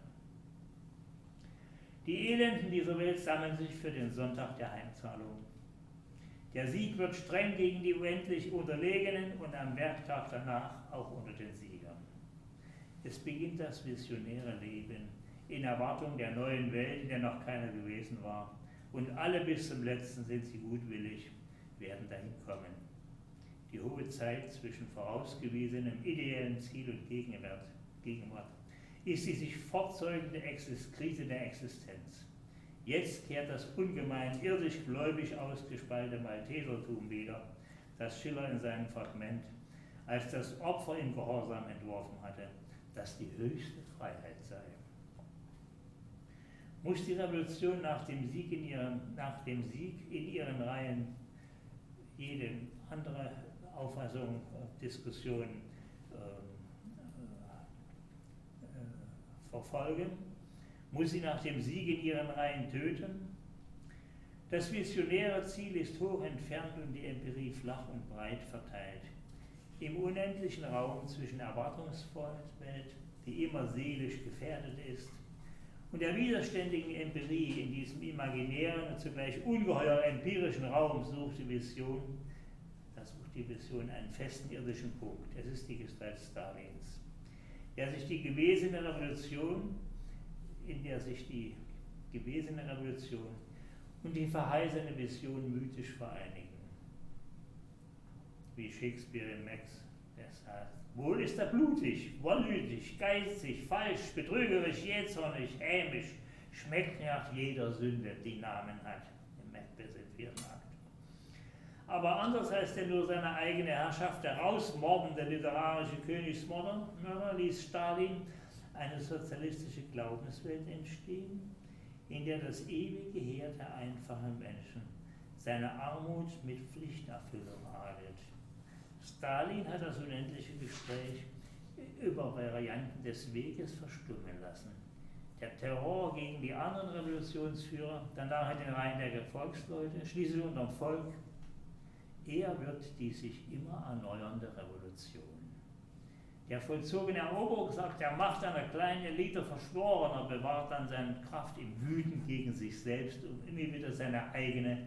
Die Elenden dieser Welt sammeln sich für den Sonntag der Heimzahlung. Der Sieg wird streng gegen die unendlich Unterlegenen und am Werktag danach auch unter den Siegern. Es beginnt das visionäre Leben in Erwartung der neuen Welt, in der noch keiner gewesen war. Und alle bis zum Letzten sind sie gutwillig, werden dahin kommen. Die hohe Zeit zwischen vorausgewiesenem ideellen Ziel und Gegenwart, Gegenwart ist die sich fortzeugende Krise der Existenz. Jetzt kehrt das ungemein irdisch gläubig ausgespalte Maltesertum wieder, das Schiller in seinem Fragment als das Opfer im Gehorsam entworfen hatte, das die höchste Freiheit sei. Muss die Revolution nach dem Sieg in ihren, nach dem Sieg in ihren Reihen jede andere Auffassung, Diskussion äh, äh, verfolgen? Muss sie nach dem Sieg in ihren Reihen töten? Das visionäre Ziel ist hoch entfernt und die Empirie flach und breit verteilt. Im unendlichen Raum zwischen Erwartungswelt, die immer seelisch gefährdet ist, und der widerständigen Empirie in diesem imaginären und zugleich ungeheuer empirischen Raum sucht die Vision, da sucht die Vision einen festen irdischen Punkt. Es ist die Gestalt Stalins, der sich die gewesene Revolution, in der sich die gewesene Revolution und die verheißene Vision mythisch vereinigen. Wie Shakespeare in Max, der sagt, wohl ist er blutig, wollütig, geizig, falsch, betrügerisch, jähzornig, hämisch, schmeckt nach jeder Sünde, die Namen hat. Im Macbeth im vierten Akt. Aber anders als der nur seine eigene Herrschaft herausmordende literarische Königsmörder ließ Stalin eine sozialistische Glaubenswelt entstehen, in der das ewige Heer der einfachen Menschen seine Armut mit Pflichterfüllung adelt. Stalin hat das unendliche Gespräch über Varianten des Weges verstummen lassen. Der Terror gegen die anderen Revolutionsführer, danach in den Reihen der Volksleute, schließlich unterm Volk, er wird die sich immer erneuernde Revolution. Der vollzogene Eroberungsakt der Macht einer kleinen Elite Verschworener bewahrt dann seine Kraft im Wüten gegen sich selbst, um immer wieder seine eigene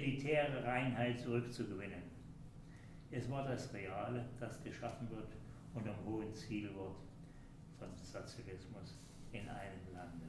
elitäre Reinheit zurückzugewinnen. Es war das Reale, das geschaffen wird, und am hohen Zielwort von Sozialismus in einem Lande.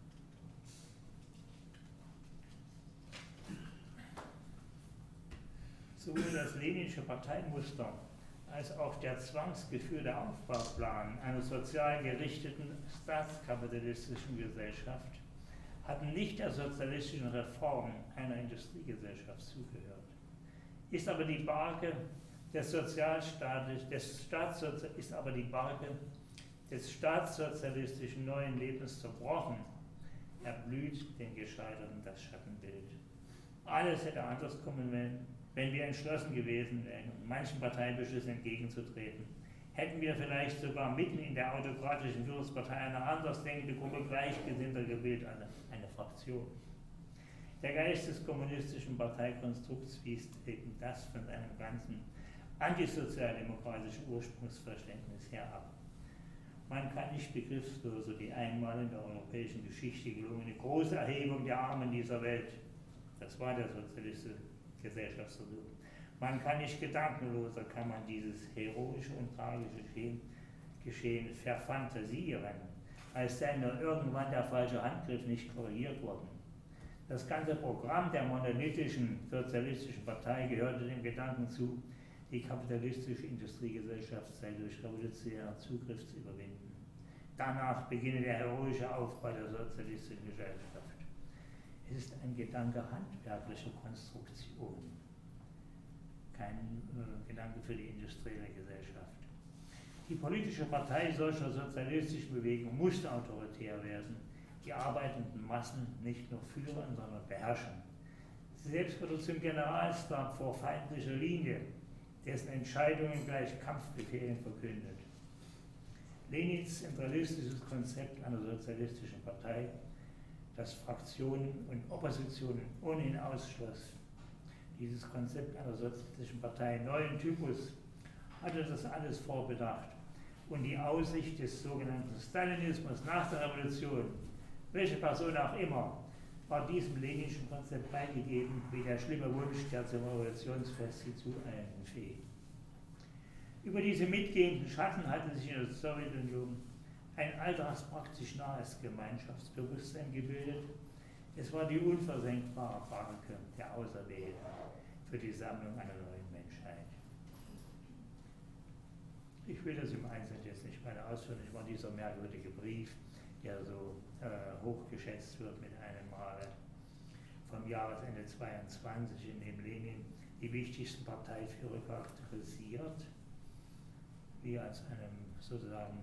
Sowohl das leninische Parteimuster als auch der zwangsgeführte Aufbauplan einer sozial gerichteten staatskapitalistischen Gesellschaft hatten nicht der sozialistischen Reform einer Industriegesellschaft zugehört. Ist aber die Barke des Sozialstaates, des Staatssozi ist aber die Barke des staatssozialistischen neuen Lebens zerbrochen, erblüht den Gescheiterten das Schattenbild. Alles hätte anders kommen können, wenn wir entschlossen gewesen wären, um manchen Parteibeschlüssen entgegenzutreten. Hätten wir vielleicht sogar mitten in der autokratischen Führungspartei eine andersdenkende Gruppe Gleichgesinnter gebildet, eine, eine Fraktion. Der Geist des kommunistischen Parteikonstrukts wies eben das von seinem ganzen antisozialdemokratischen Ursprungsverständnis her ab. Man kann nicht begriffsloser die einmal in der europäischen Geschichte gelungene große Erhebung der Armen dieser Welt, das war der sozialistische Gesellschaftsversuch. Man kann nicht gedankenloser, kann man dieses heroische und tragische Geschehen, Geschehen verfantasieren, als sei nur irgendwann der falsche Handgriff nicht korrigiert worden. Das ganze Programm der monolithischen sozialistischen Partei gehörte dem Gedanken zu, die kapitalistische Industriegesellschaft sei durch revolutionären Zugriff zu überwinden. Danach beginne der heroische Aufbau der sozialistischen Gesellschaft. Es ist ein Gedanke handwerklicher Konstruktion, kein äh, Gedanke für die industrielle Gesellschaft. Die politische Partei solcher sozialistischen Bewegungen musste autoritär werden, die arbeitenden Massen nicht nur führen, sondern beherrschen. Sie selbst wurde zum Generalstab vor feindlicher Linie, dessen Entscheidungen gleich Kampfbefehlen verkündet. Lenins zentralistisches Konzept einer sozialistischen Partei, das Fraktionen und Oppositionen ohnehin ausschloss. Dieses Konzept einer sozialistischen Partei neuen Typus hatte das alles vorbedacht. Und die Aussicht des sogenannten Stalinismus nach der Revolution, welche Person auch immer, war diesem leninischen Konzept beigegeben, wie der schlimme Wunsch, der zum Revolutionsfest sie zueilen fähig. Über diese mitgehenden Schatten hatte sich in der Sowjetunion ein alltagspraktisch nahes Gemeinschaftsbewusstsein gebildet. Es war die unversenkbare Barke der Auserwählten für die Sammlung einer neuen Menschheit. Ich will das im Einzelnen jetzt nicht weiter ausführen. Es war dieser merkwürdige Brief, der so äh, hochgeschätzt wird mit einem Male vom Jahresende zweiundzwanzig, in dem Lenin die wichtigsten Parteiführer charakterisiert, wie als einem sozusagen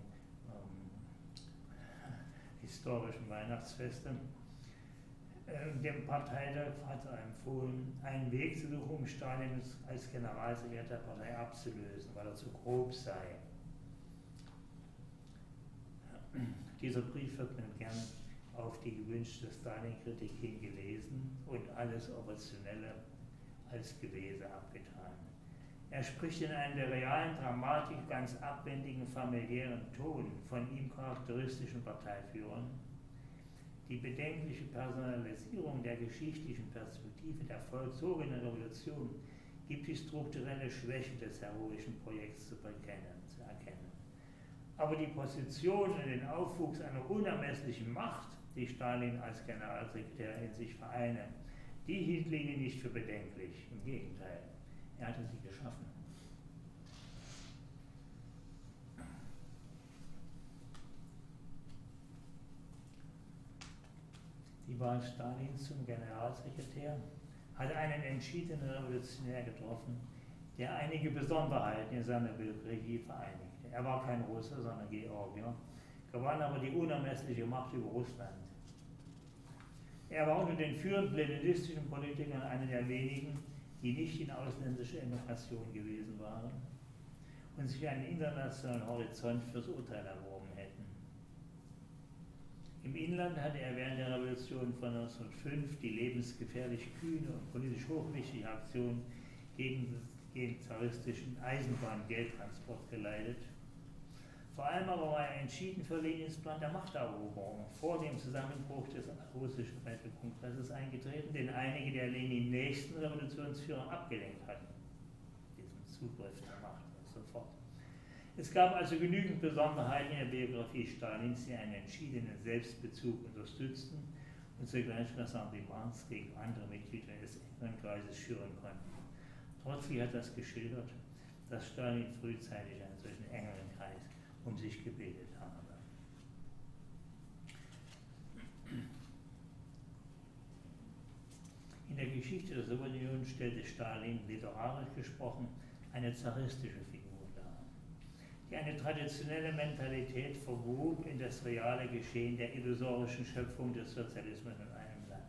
historischen Weihnachtsfeste. Dem Parteitag hat er empfohlen, einen Weg zu suchen, um Stalin als Generalsekretär der Partei abzulösen, weil er zu grob sei. Dieser Brief wird mir gern auf die gewünschte Stalin-Kritik hin gelesen und alles Oppositionelle als Gewese abgetan. Er spricht in einem der realen Dramatik ganz abwendigen familiären Ton von ihm charakteristischen Parteiführern. Die bedenkliche Personalisierung der geschichtlichen Perspektive der vollzogenen Revolution gibt die strukturelle Schwäche des heroischen Projekts zu erkennen. Zu erkennen. Aber die Position und den Aufwuchs einer unermesslichen Macht, die Stalin als Generalsekretär in sich vereine, die hielt Lenin nicht für bedenklich. Im Gegenteil. Er hatte sie geschaffen. Die Wahl Stalins zum Generalsekretär hatte einen entschiedenen Revolutionär getroffen, der einige Besonderheiten in seiner Biografie vereinigte. Er war kein Russe, sondern Georgier, gewann aber die unermessliche Macht über Russland. Er war unter den führenden leninistischen Politikern einer der wenigen, die nicht in ausländische Emigration gewesen waren und sich einen internationalen Horizont fürs Urteil erworben hätten. Im Inland hatte er während der Revolution von neunzehnhundertfünf die lebensgefährlich kühne und politisch hochwichtige Aktion gegen den zaristischen Eisenbahngeldtransport geleitet. Vor allem aber war er entschieden für Lenins Plan der Machteroberung vor dem Zusammenbruch des russischen Rätekongresses eingetreten, den einige der Lenin nächsten Revolutionsführer abgelehnt hatten, diesen Zugriff der Macht und so fort. Es gab also genügend Besonderheiten in der Biografie Stalins, die einen entschiedenen Selbstbezug unterstützten und zugleich Ressentiments gegen andere Mitglieder des engeren Kreises schüren konnten. Trotzki hat das geschildert, dass Stalin frühzeitig einen solchen engeren Kreis um sich gebildet habe. In der Geschichte der Sowjetunion stellte Stalin, literarisch gesprochen, eine zaristische Figur dar, die eine traditionelle Mentalität verwob in das reale Geschehen der illusorischen Schöpfung des Sozialismus in einem Land.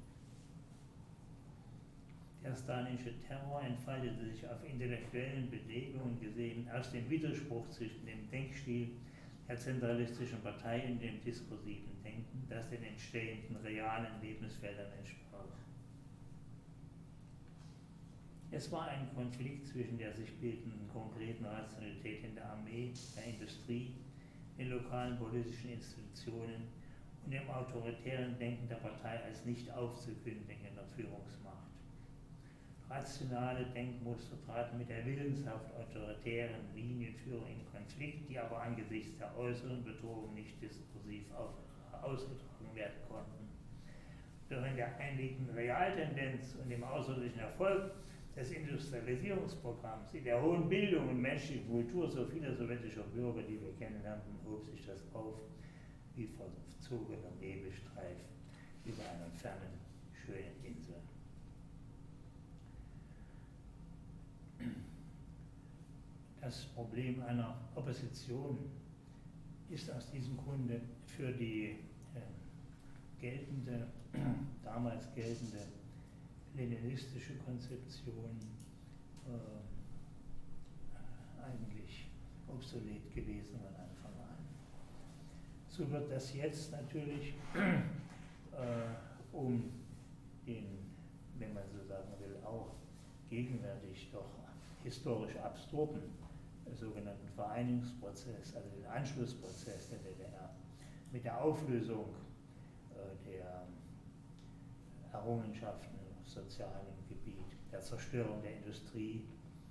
Der stalinische Terror entfaltete sich auf intellektuellen Belegungen gesehen aus dem Widerspruch zwischen dem Denkstil der zentralistischen Partei und dem diskursiven Denken, das den entstehenden realen Lebensfeldern entsprach. Es war ein Konflikt zwischen der sich bildenden konkreten Rationalität in der Armee, der Industrie, den lokalen politischen Institutionen und dem autoritären Denken der Partei als nicht aufzukündigender Führungsmacht. Rationale Denkmuster traten mit der willenshaft autoritären Linienführung in Konflikt, die aber angesichts der äußeren Bedrohung nicht diskursiv auf, ausgetragen werden konnten. Doch in der einliegenden Realtendenz und dem außerordentlichen Erfolg des Industrialisierungsprogramms, in der hohen Bildung und menschlichen Kultur so vieler sowjetischer Bürger, die wir kennenlernten, hob sich das auf wie verzogener Nebelstreif über einer fernen, schönen Insel. Das Problem einer Opposition ist aus diesem Grunde für die äh, geltende, damals geltende leninistische Konzeption äh, eigentlich obsolet gewesen von Anfang an. So wird das jetzt natürlich äh, um den, wenn man so sagen will, auch gegenwärtig doch historisch absurden äh, sogenannten Vereinigungsprozess, also den Anschlussprozess der D D R, mit der Auflösung äh, der Errungenschaften im sozialen Gebiet, der Zerstörung der Industrie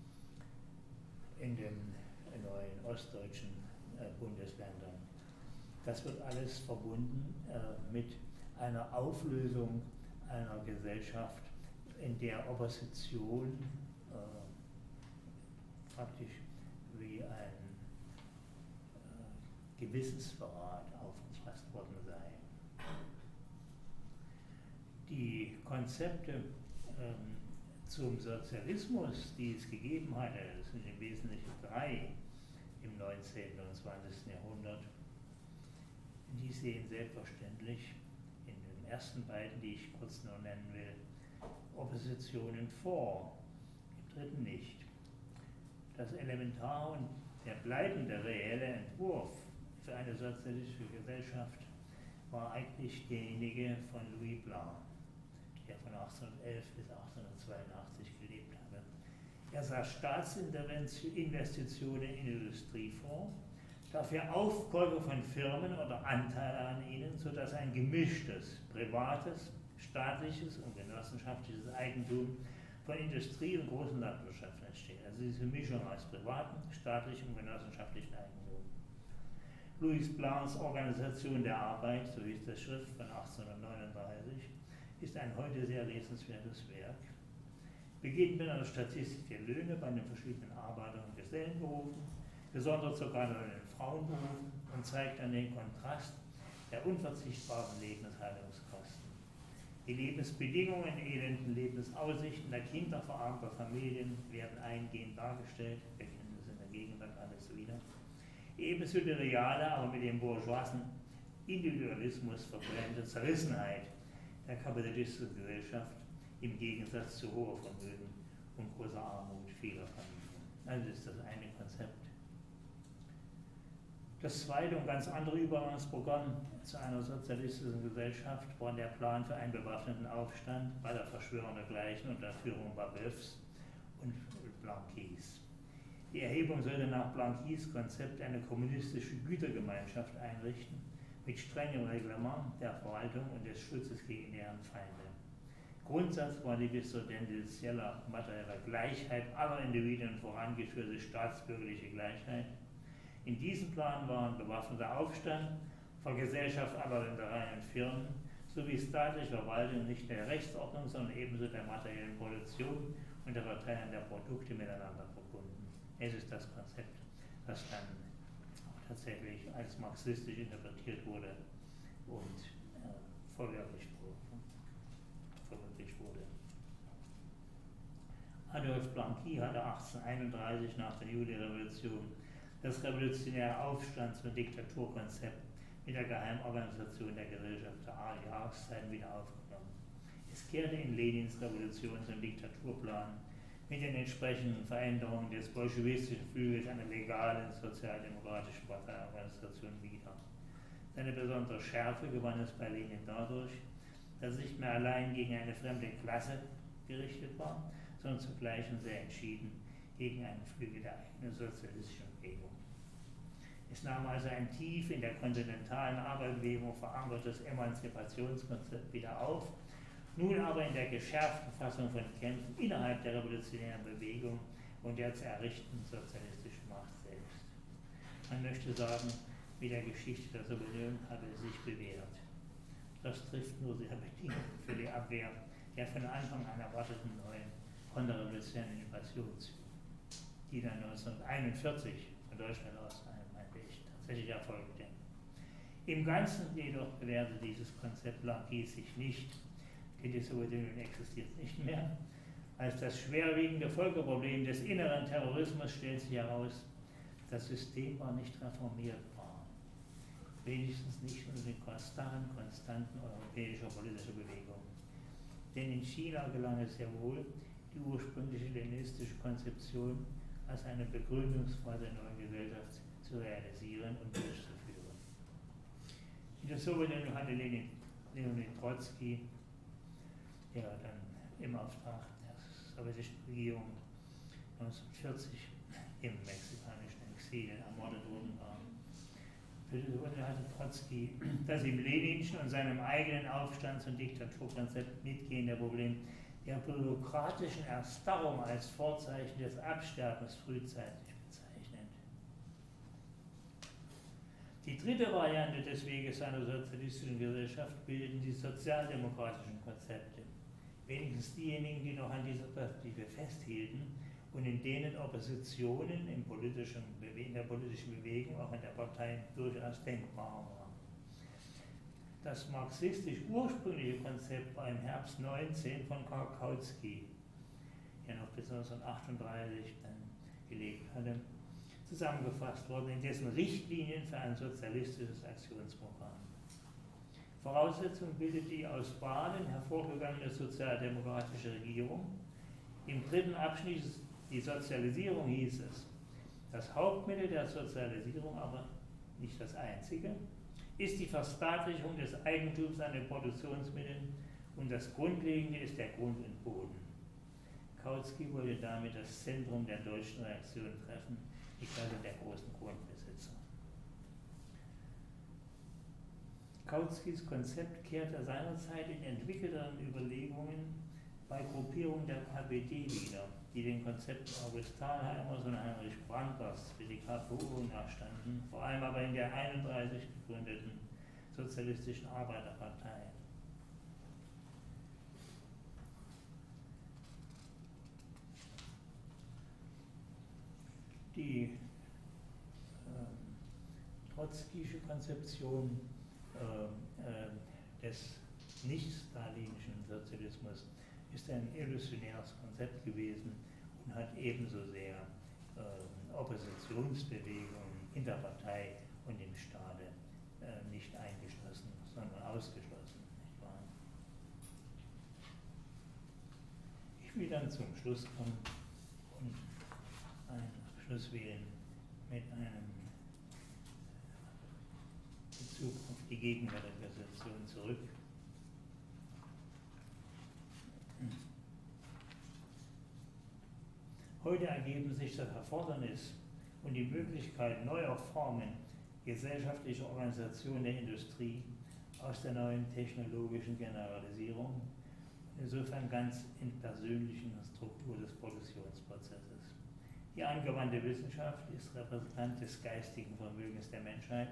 in den neuen ostdeutschen äh, Bundesländern. Das wird alles verbunden äh, mit einer Auflösung einer Gesellschaft, in der Opposition äh, praktisch wie ein äh, Gewissensverrat aufgefasst worden sei. Die Konzepte ähm, zum Sozialismus, die es gegeben hatte, das sind im Wesentlichen drei im neunzehnten und zwanzigsten Jahrhundert, die sehen selbstverständlich in den ersten beiden, die ich kurz noch nennen will, Oppositionen vor, im dritten nicht. Das Elementar und der bleibende reelle Entwurf für eine sozialistische Gesellschaft war eigentlich derjenige von Louis Blanc, der von achtzehnhundertelf bis achtzehnhundertzweiundachtzig gelebt hatte. Er sah Staatsinvestitionen in Industrie vor, dafür Aufkäufe von Firmen oder Anteile an ihnen, sodass ein gemischtes, privates, staatliches und genossenschaftliches Eigentum von Industrie und großen Landwirtschaften entsteht. Also diese Mischung aus privatem, staatlichem und genossenschaftlichem Eigentum. Louis Blancs Organisation der Arbeit, so hieß das Schrift von achtzehnhundertneununddreißig, ist ein heute sehr lesenswertes Werk. Beginnt mit einer Statistik der Löhne bei den verschiedenen Arbeiter- und Gesellenberufen, gesondert sogar bei den Frauenberufen, und zeigt dann den Kontrast der unverzichtbaren Lebenshaltungskosten. Die Lebensbedingungen, elenden Lebensaussichten der Kinder verarmter Familien werden eingehend dargestellt. Wir kennen das in der Gegenwart alles wieder. Ebenso die reale, aber mit dem bourgeoisen Individualismus verbrennte Zerrissenheit der kapitalistischen Gesellschaft im Gegensatz zu hoher Vermögen und großer Armut vieler Familien. Also das ist das eine Konzept. Das zweite und ganz andere Übergangsprogramm zu einer sozialistischen Gesellschaft war der Plan für einen bewaffneten Aufstand bei der Verschwörung dergleichen unter Führung Babeufs und Blanquis. Die Erhebung sollte nach Blanquis Konzept eine kommunistische Gütergemeinschaft einrichten, mit strengem Reglement der Verwaltung und des Schutzes gegen deren Feinde. Grundsatz war die bis zur tendenzieller materieller Gleichheit aller Individuen vorangeführte staatsbürgerliche Gleichheit, In diesem Plan waren bewaffneter Aufstand, Vergesellschaft aller Ländereien und Firmen sowie staatliche Verwaltung nicht der Rechtsordnung, sondern ebenso der materiellen Produktion und der Verteilung der Produkte miteinander verbunden. Es ist das Konzept, das dann auch tatsächlich als marxistisch interpretiert wurde und äh, verwirklicht wurde. verwirklicht wurde. Adolphe Blanqui hatte achtzehnhunderteinunddreißig nach der Julirevolution das revolutionäre Aufstands- und Diktaturkonzept mit der Geheimorganisation der Gesellschaft der Jahreszeiten wieder aufgenommen. Es kehrte in Lenins Revolutions- und Diktaturplan mit den entsprechenden Veränderungen des bolschewistischen Flügels einer legalen sozialdemokratischen Parteiorganisation wieder. Seine besondere Schärfe gewann es bei Lenin dadurch, dass es nicht mehr allein gegen eine fremde Klasse gerichtet war, sondern zugleich und sehr entschieden gegen einen Flügel der eigenen sozialistischen Bewegung. Es nahm also ein tief in der kontinentalen Arbeiterbewegung verankertes Emanzipationskonzept wieder auf, nun aber in der geschärften Fassung von Kämpfen innerhalb der revolutionären Bewegung und der zu errichtenden sozialistischen Macht selbst. Man möchte sagen, mit der Geschichte der Sowjetunion habe es sich bewährt. Das trifft nur sehr bedingt für die Abwehr der von Anfang an erwarteten neuen konterrevolutionären Invasion zu, die dann neunzehnhunderteinundvierzig von Deutschland aus tatsächlich erfolgte. Im Ganzen jedoch bewährte dieses Konzept Blanquis sich nicht, denn die Sowjetunion existiert nicht mehr. Als das schwerwiegende Folgeproblem des inneren Terrorismus stellt sich heraus, das System war nicht reformierbar, wenigstens nicht unter den konstanten, konstanten europäischer politischer Bewegung. Denn in China gelang es sehr wohl, die ursprüngliche leninistische Konzeption als eine begründungsvolle neue Gesellschaft zu realisieren und durchzuführen. In der Sowjetunion hatte Lenin, Leonid Trotzki, der dann im Auftrag der sowjetischen Regierung neunzehnhundertvierzig im mexikanischen Exil ermordet worden war. Für die Sowjetunion hatte Trotzki das im Leninschen und seinem eigenen Aufstands- und Diktaturkonzept mitgehende Problem der bürokratischen Erstarrung als Vorzeichen des Absterbens frühzeitig bezeichnet. Die dritte Variante des Weges einer sozialistischen Gesellschaft bildeten die sozialdemokratischen Konzepte, wenigstens diejenigen, die noch an dieser Perspektive festhielten und in denen Oppositionen im politischen, in der politischen Bewegung, auch in der Partei, durchaus denkbar waren. Das marxistisch ursprüngliche Konzept war im Herbst neunzehn von Karl Kautsky, der noch bis neunzehnhundertachtunddreißig dann gelebt hatte, zusammengefasst worden, in dessen Richtlinien für ein sozialistisches Aktionsprogramm. Voraussetzung bildet die aus Wahlen hervorgegangene sozialdemokratische Regierung. Im dritten Abschnitt, die Sozialisierung, hieß es, das Hauptmittel der Sozialisierung, aber nicht das einzige, ist die Verstaatlichung des Eigentums an den Produktionsmitteln und das Grundlegende ist der Grund und Boden. Kautsky wollte damit das Zentrum der deutschen Reaktion treffen, die Klasse der großen Grundbesitzer. Kautskys Konzept kehrte seinerzeit in entwickelteren Überlegungen bei Gruppierungen der K P D wieder, die den Konzepten August Thalheimers und Heinrich Brandters für die K P U nachstanden, vor allem aber in der einunddreißig gegründeten Sozialistischen Arbeiterpartei. Die äh, trotzkische Konzeption äh, äh, des nicht-stalinischen Sozialismus ist ein illusionäres Konzept gewesen und hat ebenso sehr äh, Oppositionsbewegungen in der Partei und im Staate äh, nicht eingeschlossen, sondern ausgeschlossen. Nicht wahr? Ich will dann zum Schluss kommen und einen Abschluss wählen mit einem Bezug auf die gegenwärtige Situation zurück. Heute ergeben sich das Erfordernis und die Möglichkeit neuer Formen gesellschaftlicher Organisation der Industrie aus der neuen technologischen Generalisierung, insofern ganz in persönlichen Struktur des Produktionsprozesses. Die angewandte Wissenschaft ist Repräsentant des geistigen Vermögens der Menschheit,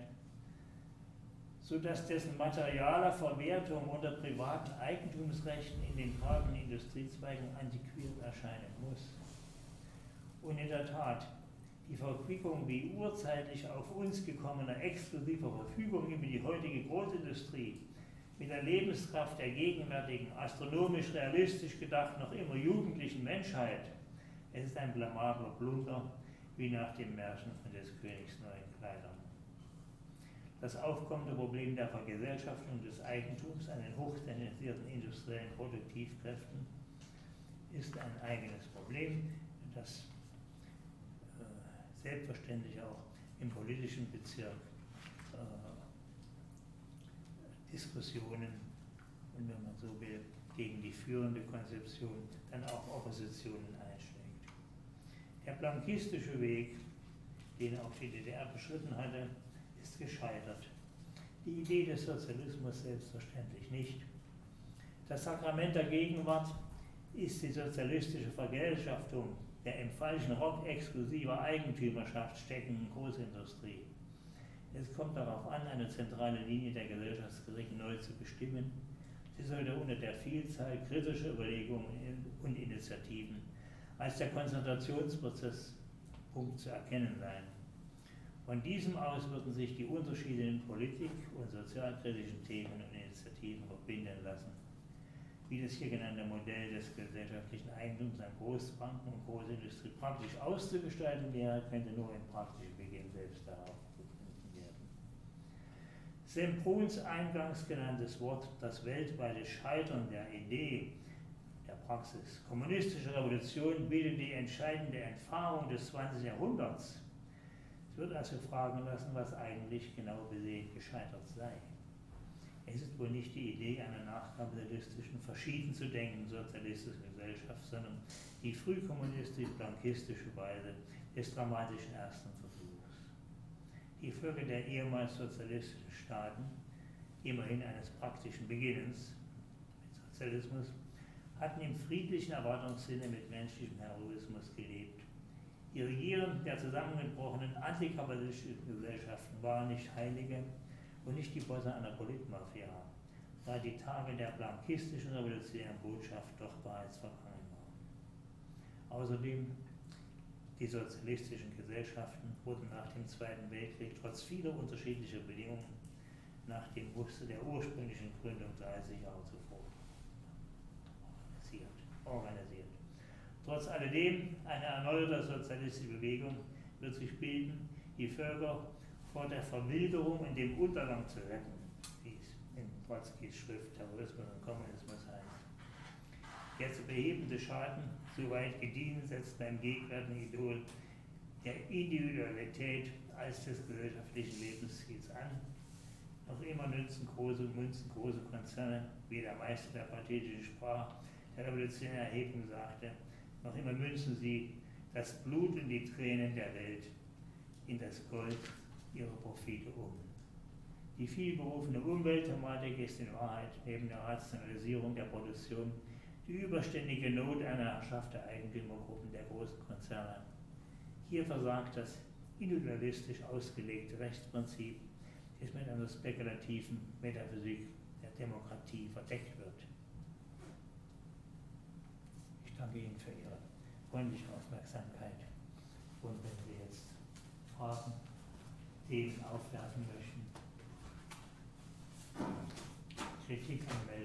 sodass dessen materialer Verwertung unter privaten Eigentumsrechten in den kargen Industriezweigen antiquiert erscheinen muss. Und in der Tat, die Verquickung wie urzeitlich auf uns gekommener exklusiver Verfügung über die heutige Großindustrie mit der Lebenskraft der gegenwärtigen, astronomisch realistisch gedacht noch immer jugendlichen Menschheit, es ist ein blamabler Blunder, wie nach dem Märchen von des Königs neuen Kleidern. Das aufkommende Problem der Vergesellschaftung des Eigentums an den hochtechnisierten industriellen Produktivkräften ist ein eigenes Problem, das äh, selbstverständlich auch im politischen Bezirk äh, Diskussionen und, wenn man so will, gegen die führende Konzeption dann auch Oppositionen einschlägt. Der blankistische Weg, den auch die D D R beschritten hatte, ist gescheitert. Die Idee des Sozialismus selbstverständlich nicht. Das Sakrament der Gegenwart ist die sozialistische Vergesellschaftung der im falschen Rock exklusiver Eigentümerschaft steckenden Großindustrie. Es kommt darauf an, eine zentrale Linie der Gesellschaftsgerichte neu zu bestimmen. Sie sollte unter der Vielzahl kritischer Überlegungen und Initiativen als der Konzentrationsprozess Punkt zu erkennen sein. Von diesem aus würden sich die unterschiedlichen Politik- und sozialkritischen Themen und Initiativen verbinden lassen. Wie das hier genannte Modell des gesellschaftlichen Eigentums an Großbanken und Großindustrie praktisch auszugestalten wäre, könnte nur im praktischen Beginn selbst darauf gefunden werden. Semprons eingangs genanntes Wort, das weltweite Scheitern der Idee, der Praxis, kommunistische Revolution bildet die entscheidende Erfahrung des zwanzigsten Jahrhunderts. Es wird also fragen lassen, was eigentlich genau besehen gescheitert sei. Es ist wohl nicht die Idee einer nachkapitalistischen, verschieden zu denkenden sozialistischen Gesellschaft, sondern die frühkommunistisch-blankistische Weise des dramatischen ersten Versuchs. Die Völker der ehemals sozialistischen Staaten, immerhin eines praktischen Beginnens mit Sozialismus, hatten im friedlichen Erwartungssinne mit menschlichem Heroismus gelebt. Die Regierenden der zusammengebrochenen antikapitalistischen Gesellschaften waren nicht Heilige und nicht die Bosse einer Politmafia, da die Tage der blankistischen revolutionären Botschaft doch bereits vergangen waren. Außerdem, die sozialistischen Gesellschaften wurden nach dem Zweiten Weltkrieg trotz vieler unterschiedlicher Bedingungen nach dem Muster der ursprünglichen Gründung dreißig Jahre zuvor organisiert. organisiert. Trotz alledem, eine erneuerte sozialistische Bewegung wird sich bilden, die Völker vor der Verwilderung und dem Untergang zu retten, wie es in Trotzkis Schrift Terrorismus und Kommunismus heißt. Der zu behebende Schaden, soweit gediehen, setzt beim gegenwärtigen Idol der Individualität als des gesellschaftlichen Lebensziels an. Noch immer nützen große, münzen große Konzerne, wie der Meister der pathetischen Sprache der revolutionären Erhebung sagte, noch immer münzen sie das Blut und die Tränen der Welt in das Gold ihre Profite um. Die vielberufene Umweltthematik ist in Wahrheit neben der Rationalisierung der Produktion die überständige Not einer Herrschaft der Eigentümergruppen der großen Konzerne. Hier versagt das individualistisch ausgelegte Rechtsprinzip, das mit einer spekulativen Metaphysik der Demokratie verdeckt wird. Ich danke Ihnen für Ihre freundliche Aufmerksamkeit und wenn Sie jetzt Fragen, Themen aufwerfen möchten, Kritik anmelden.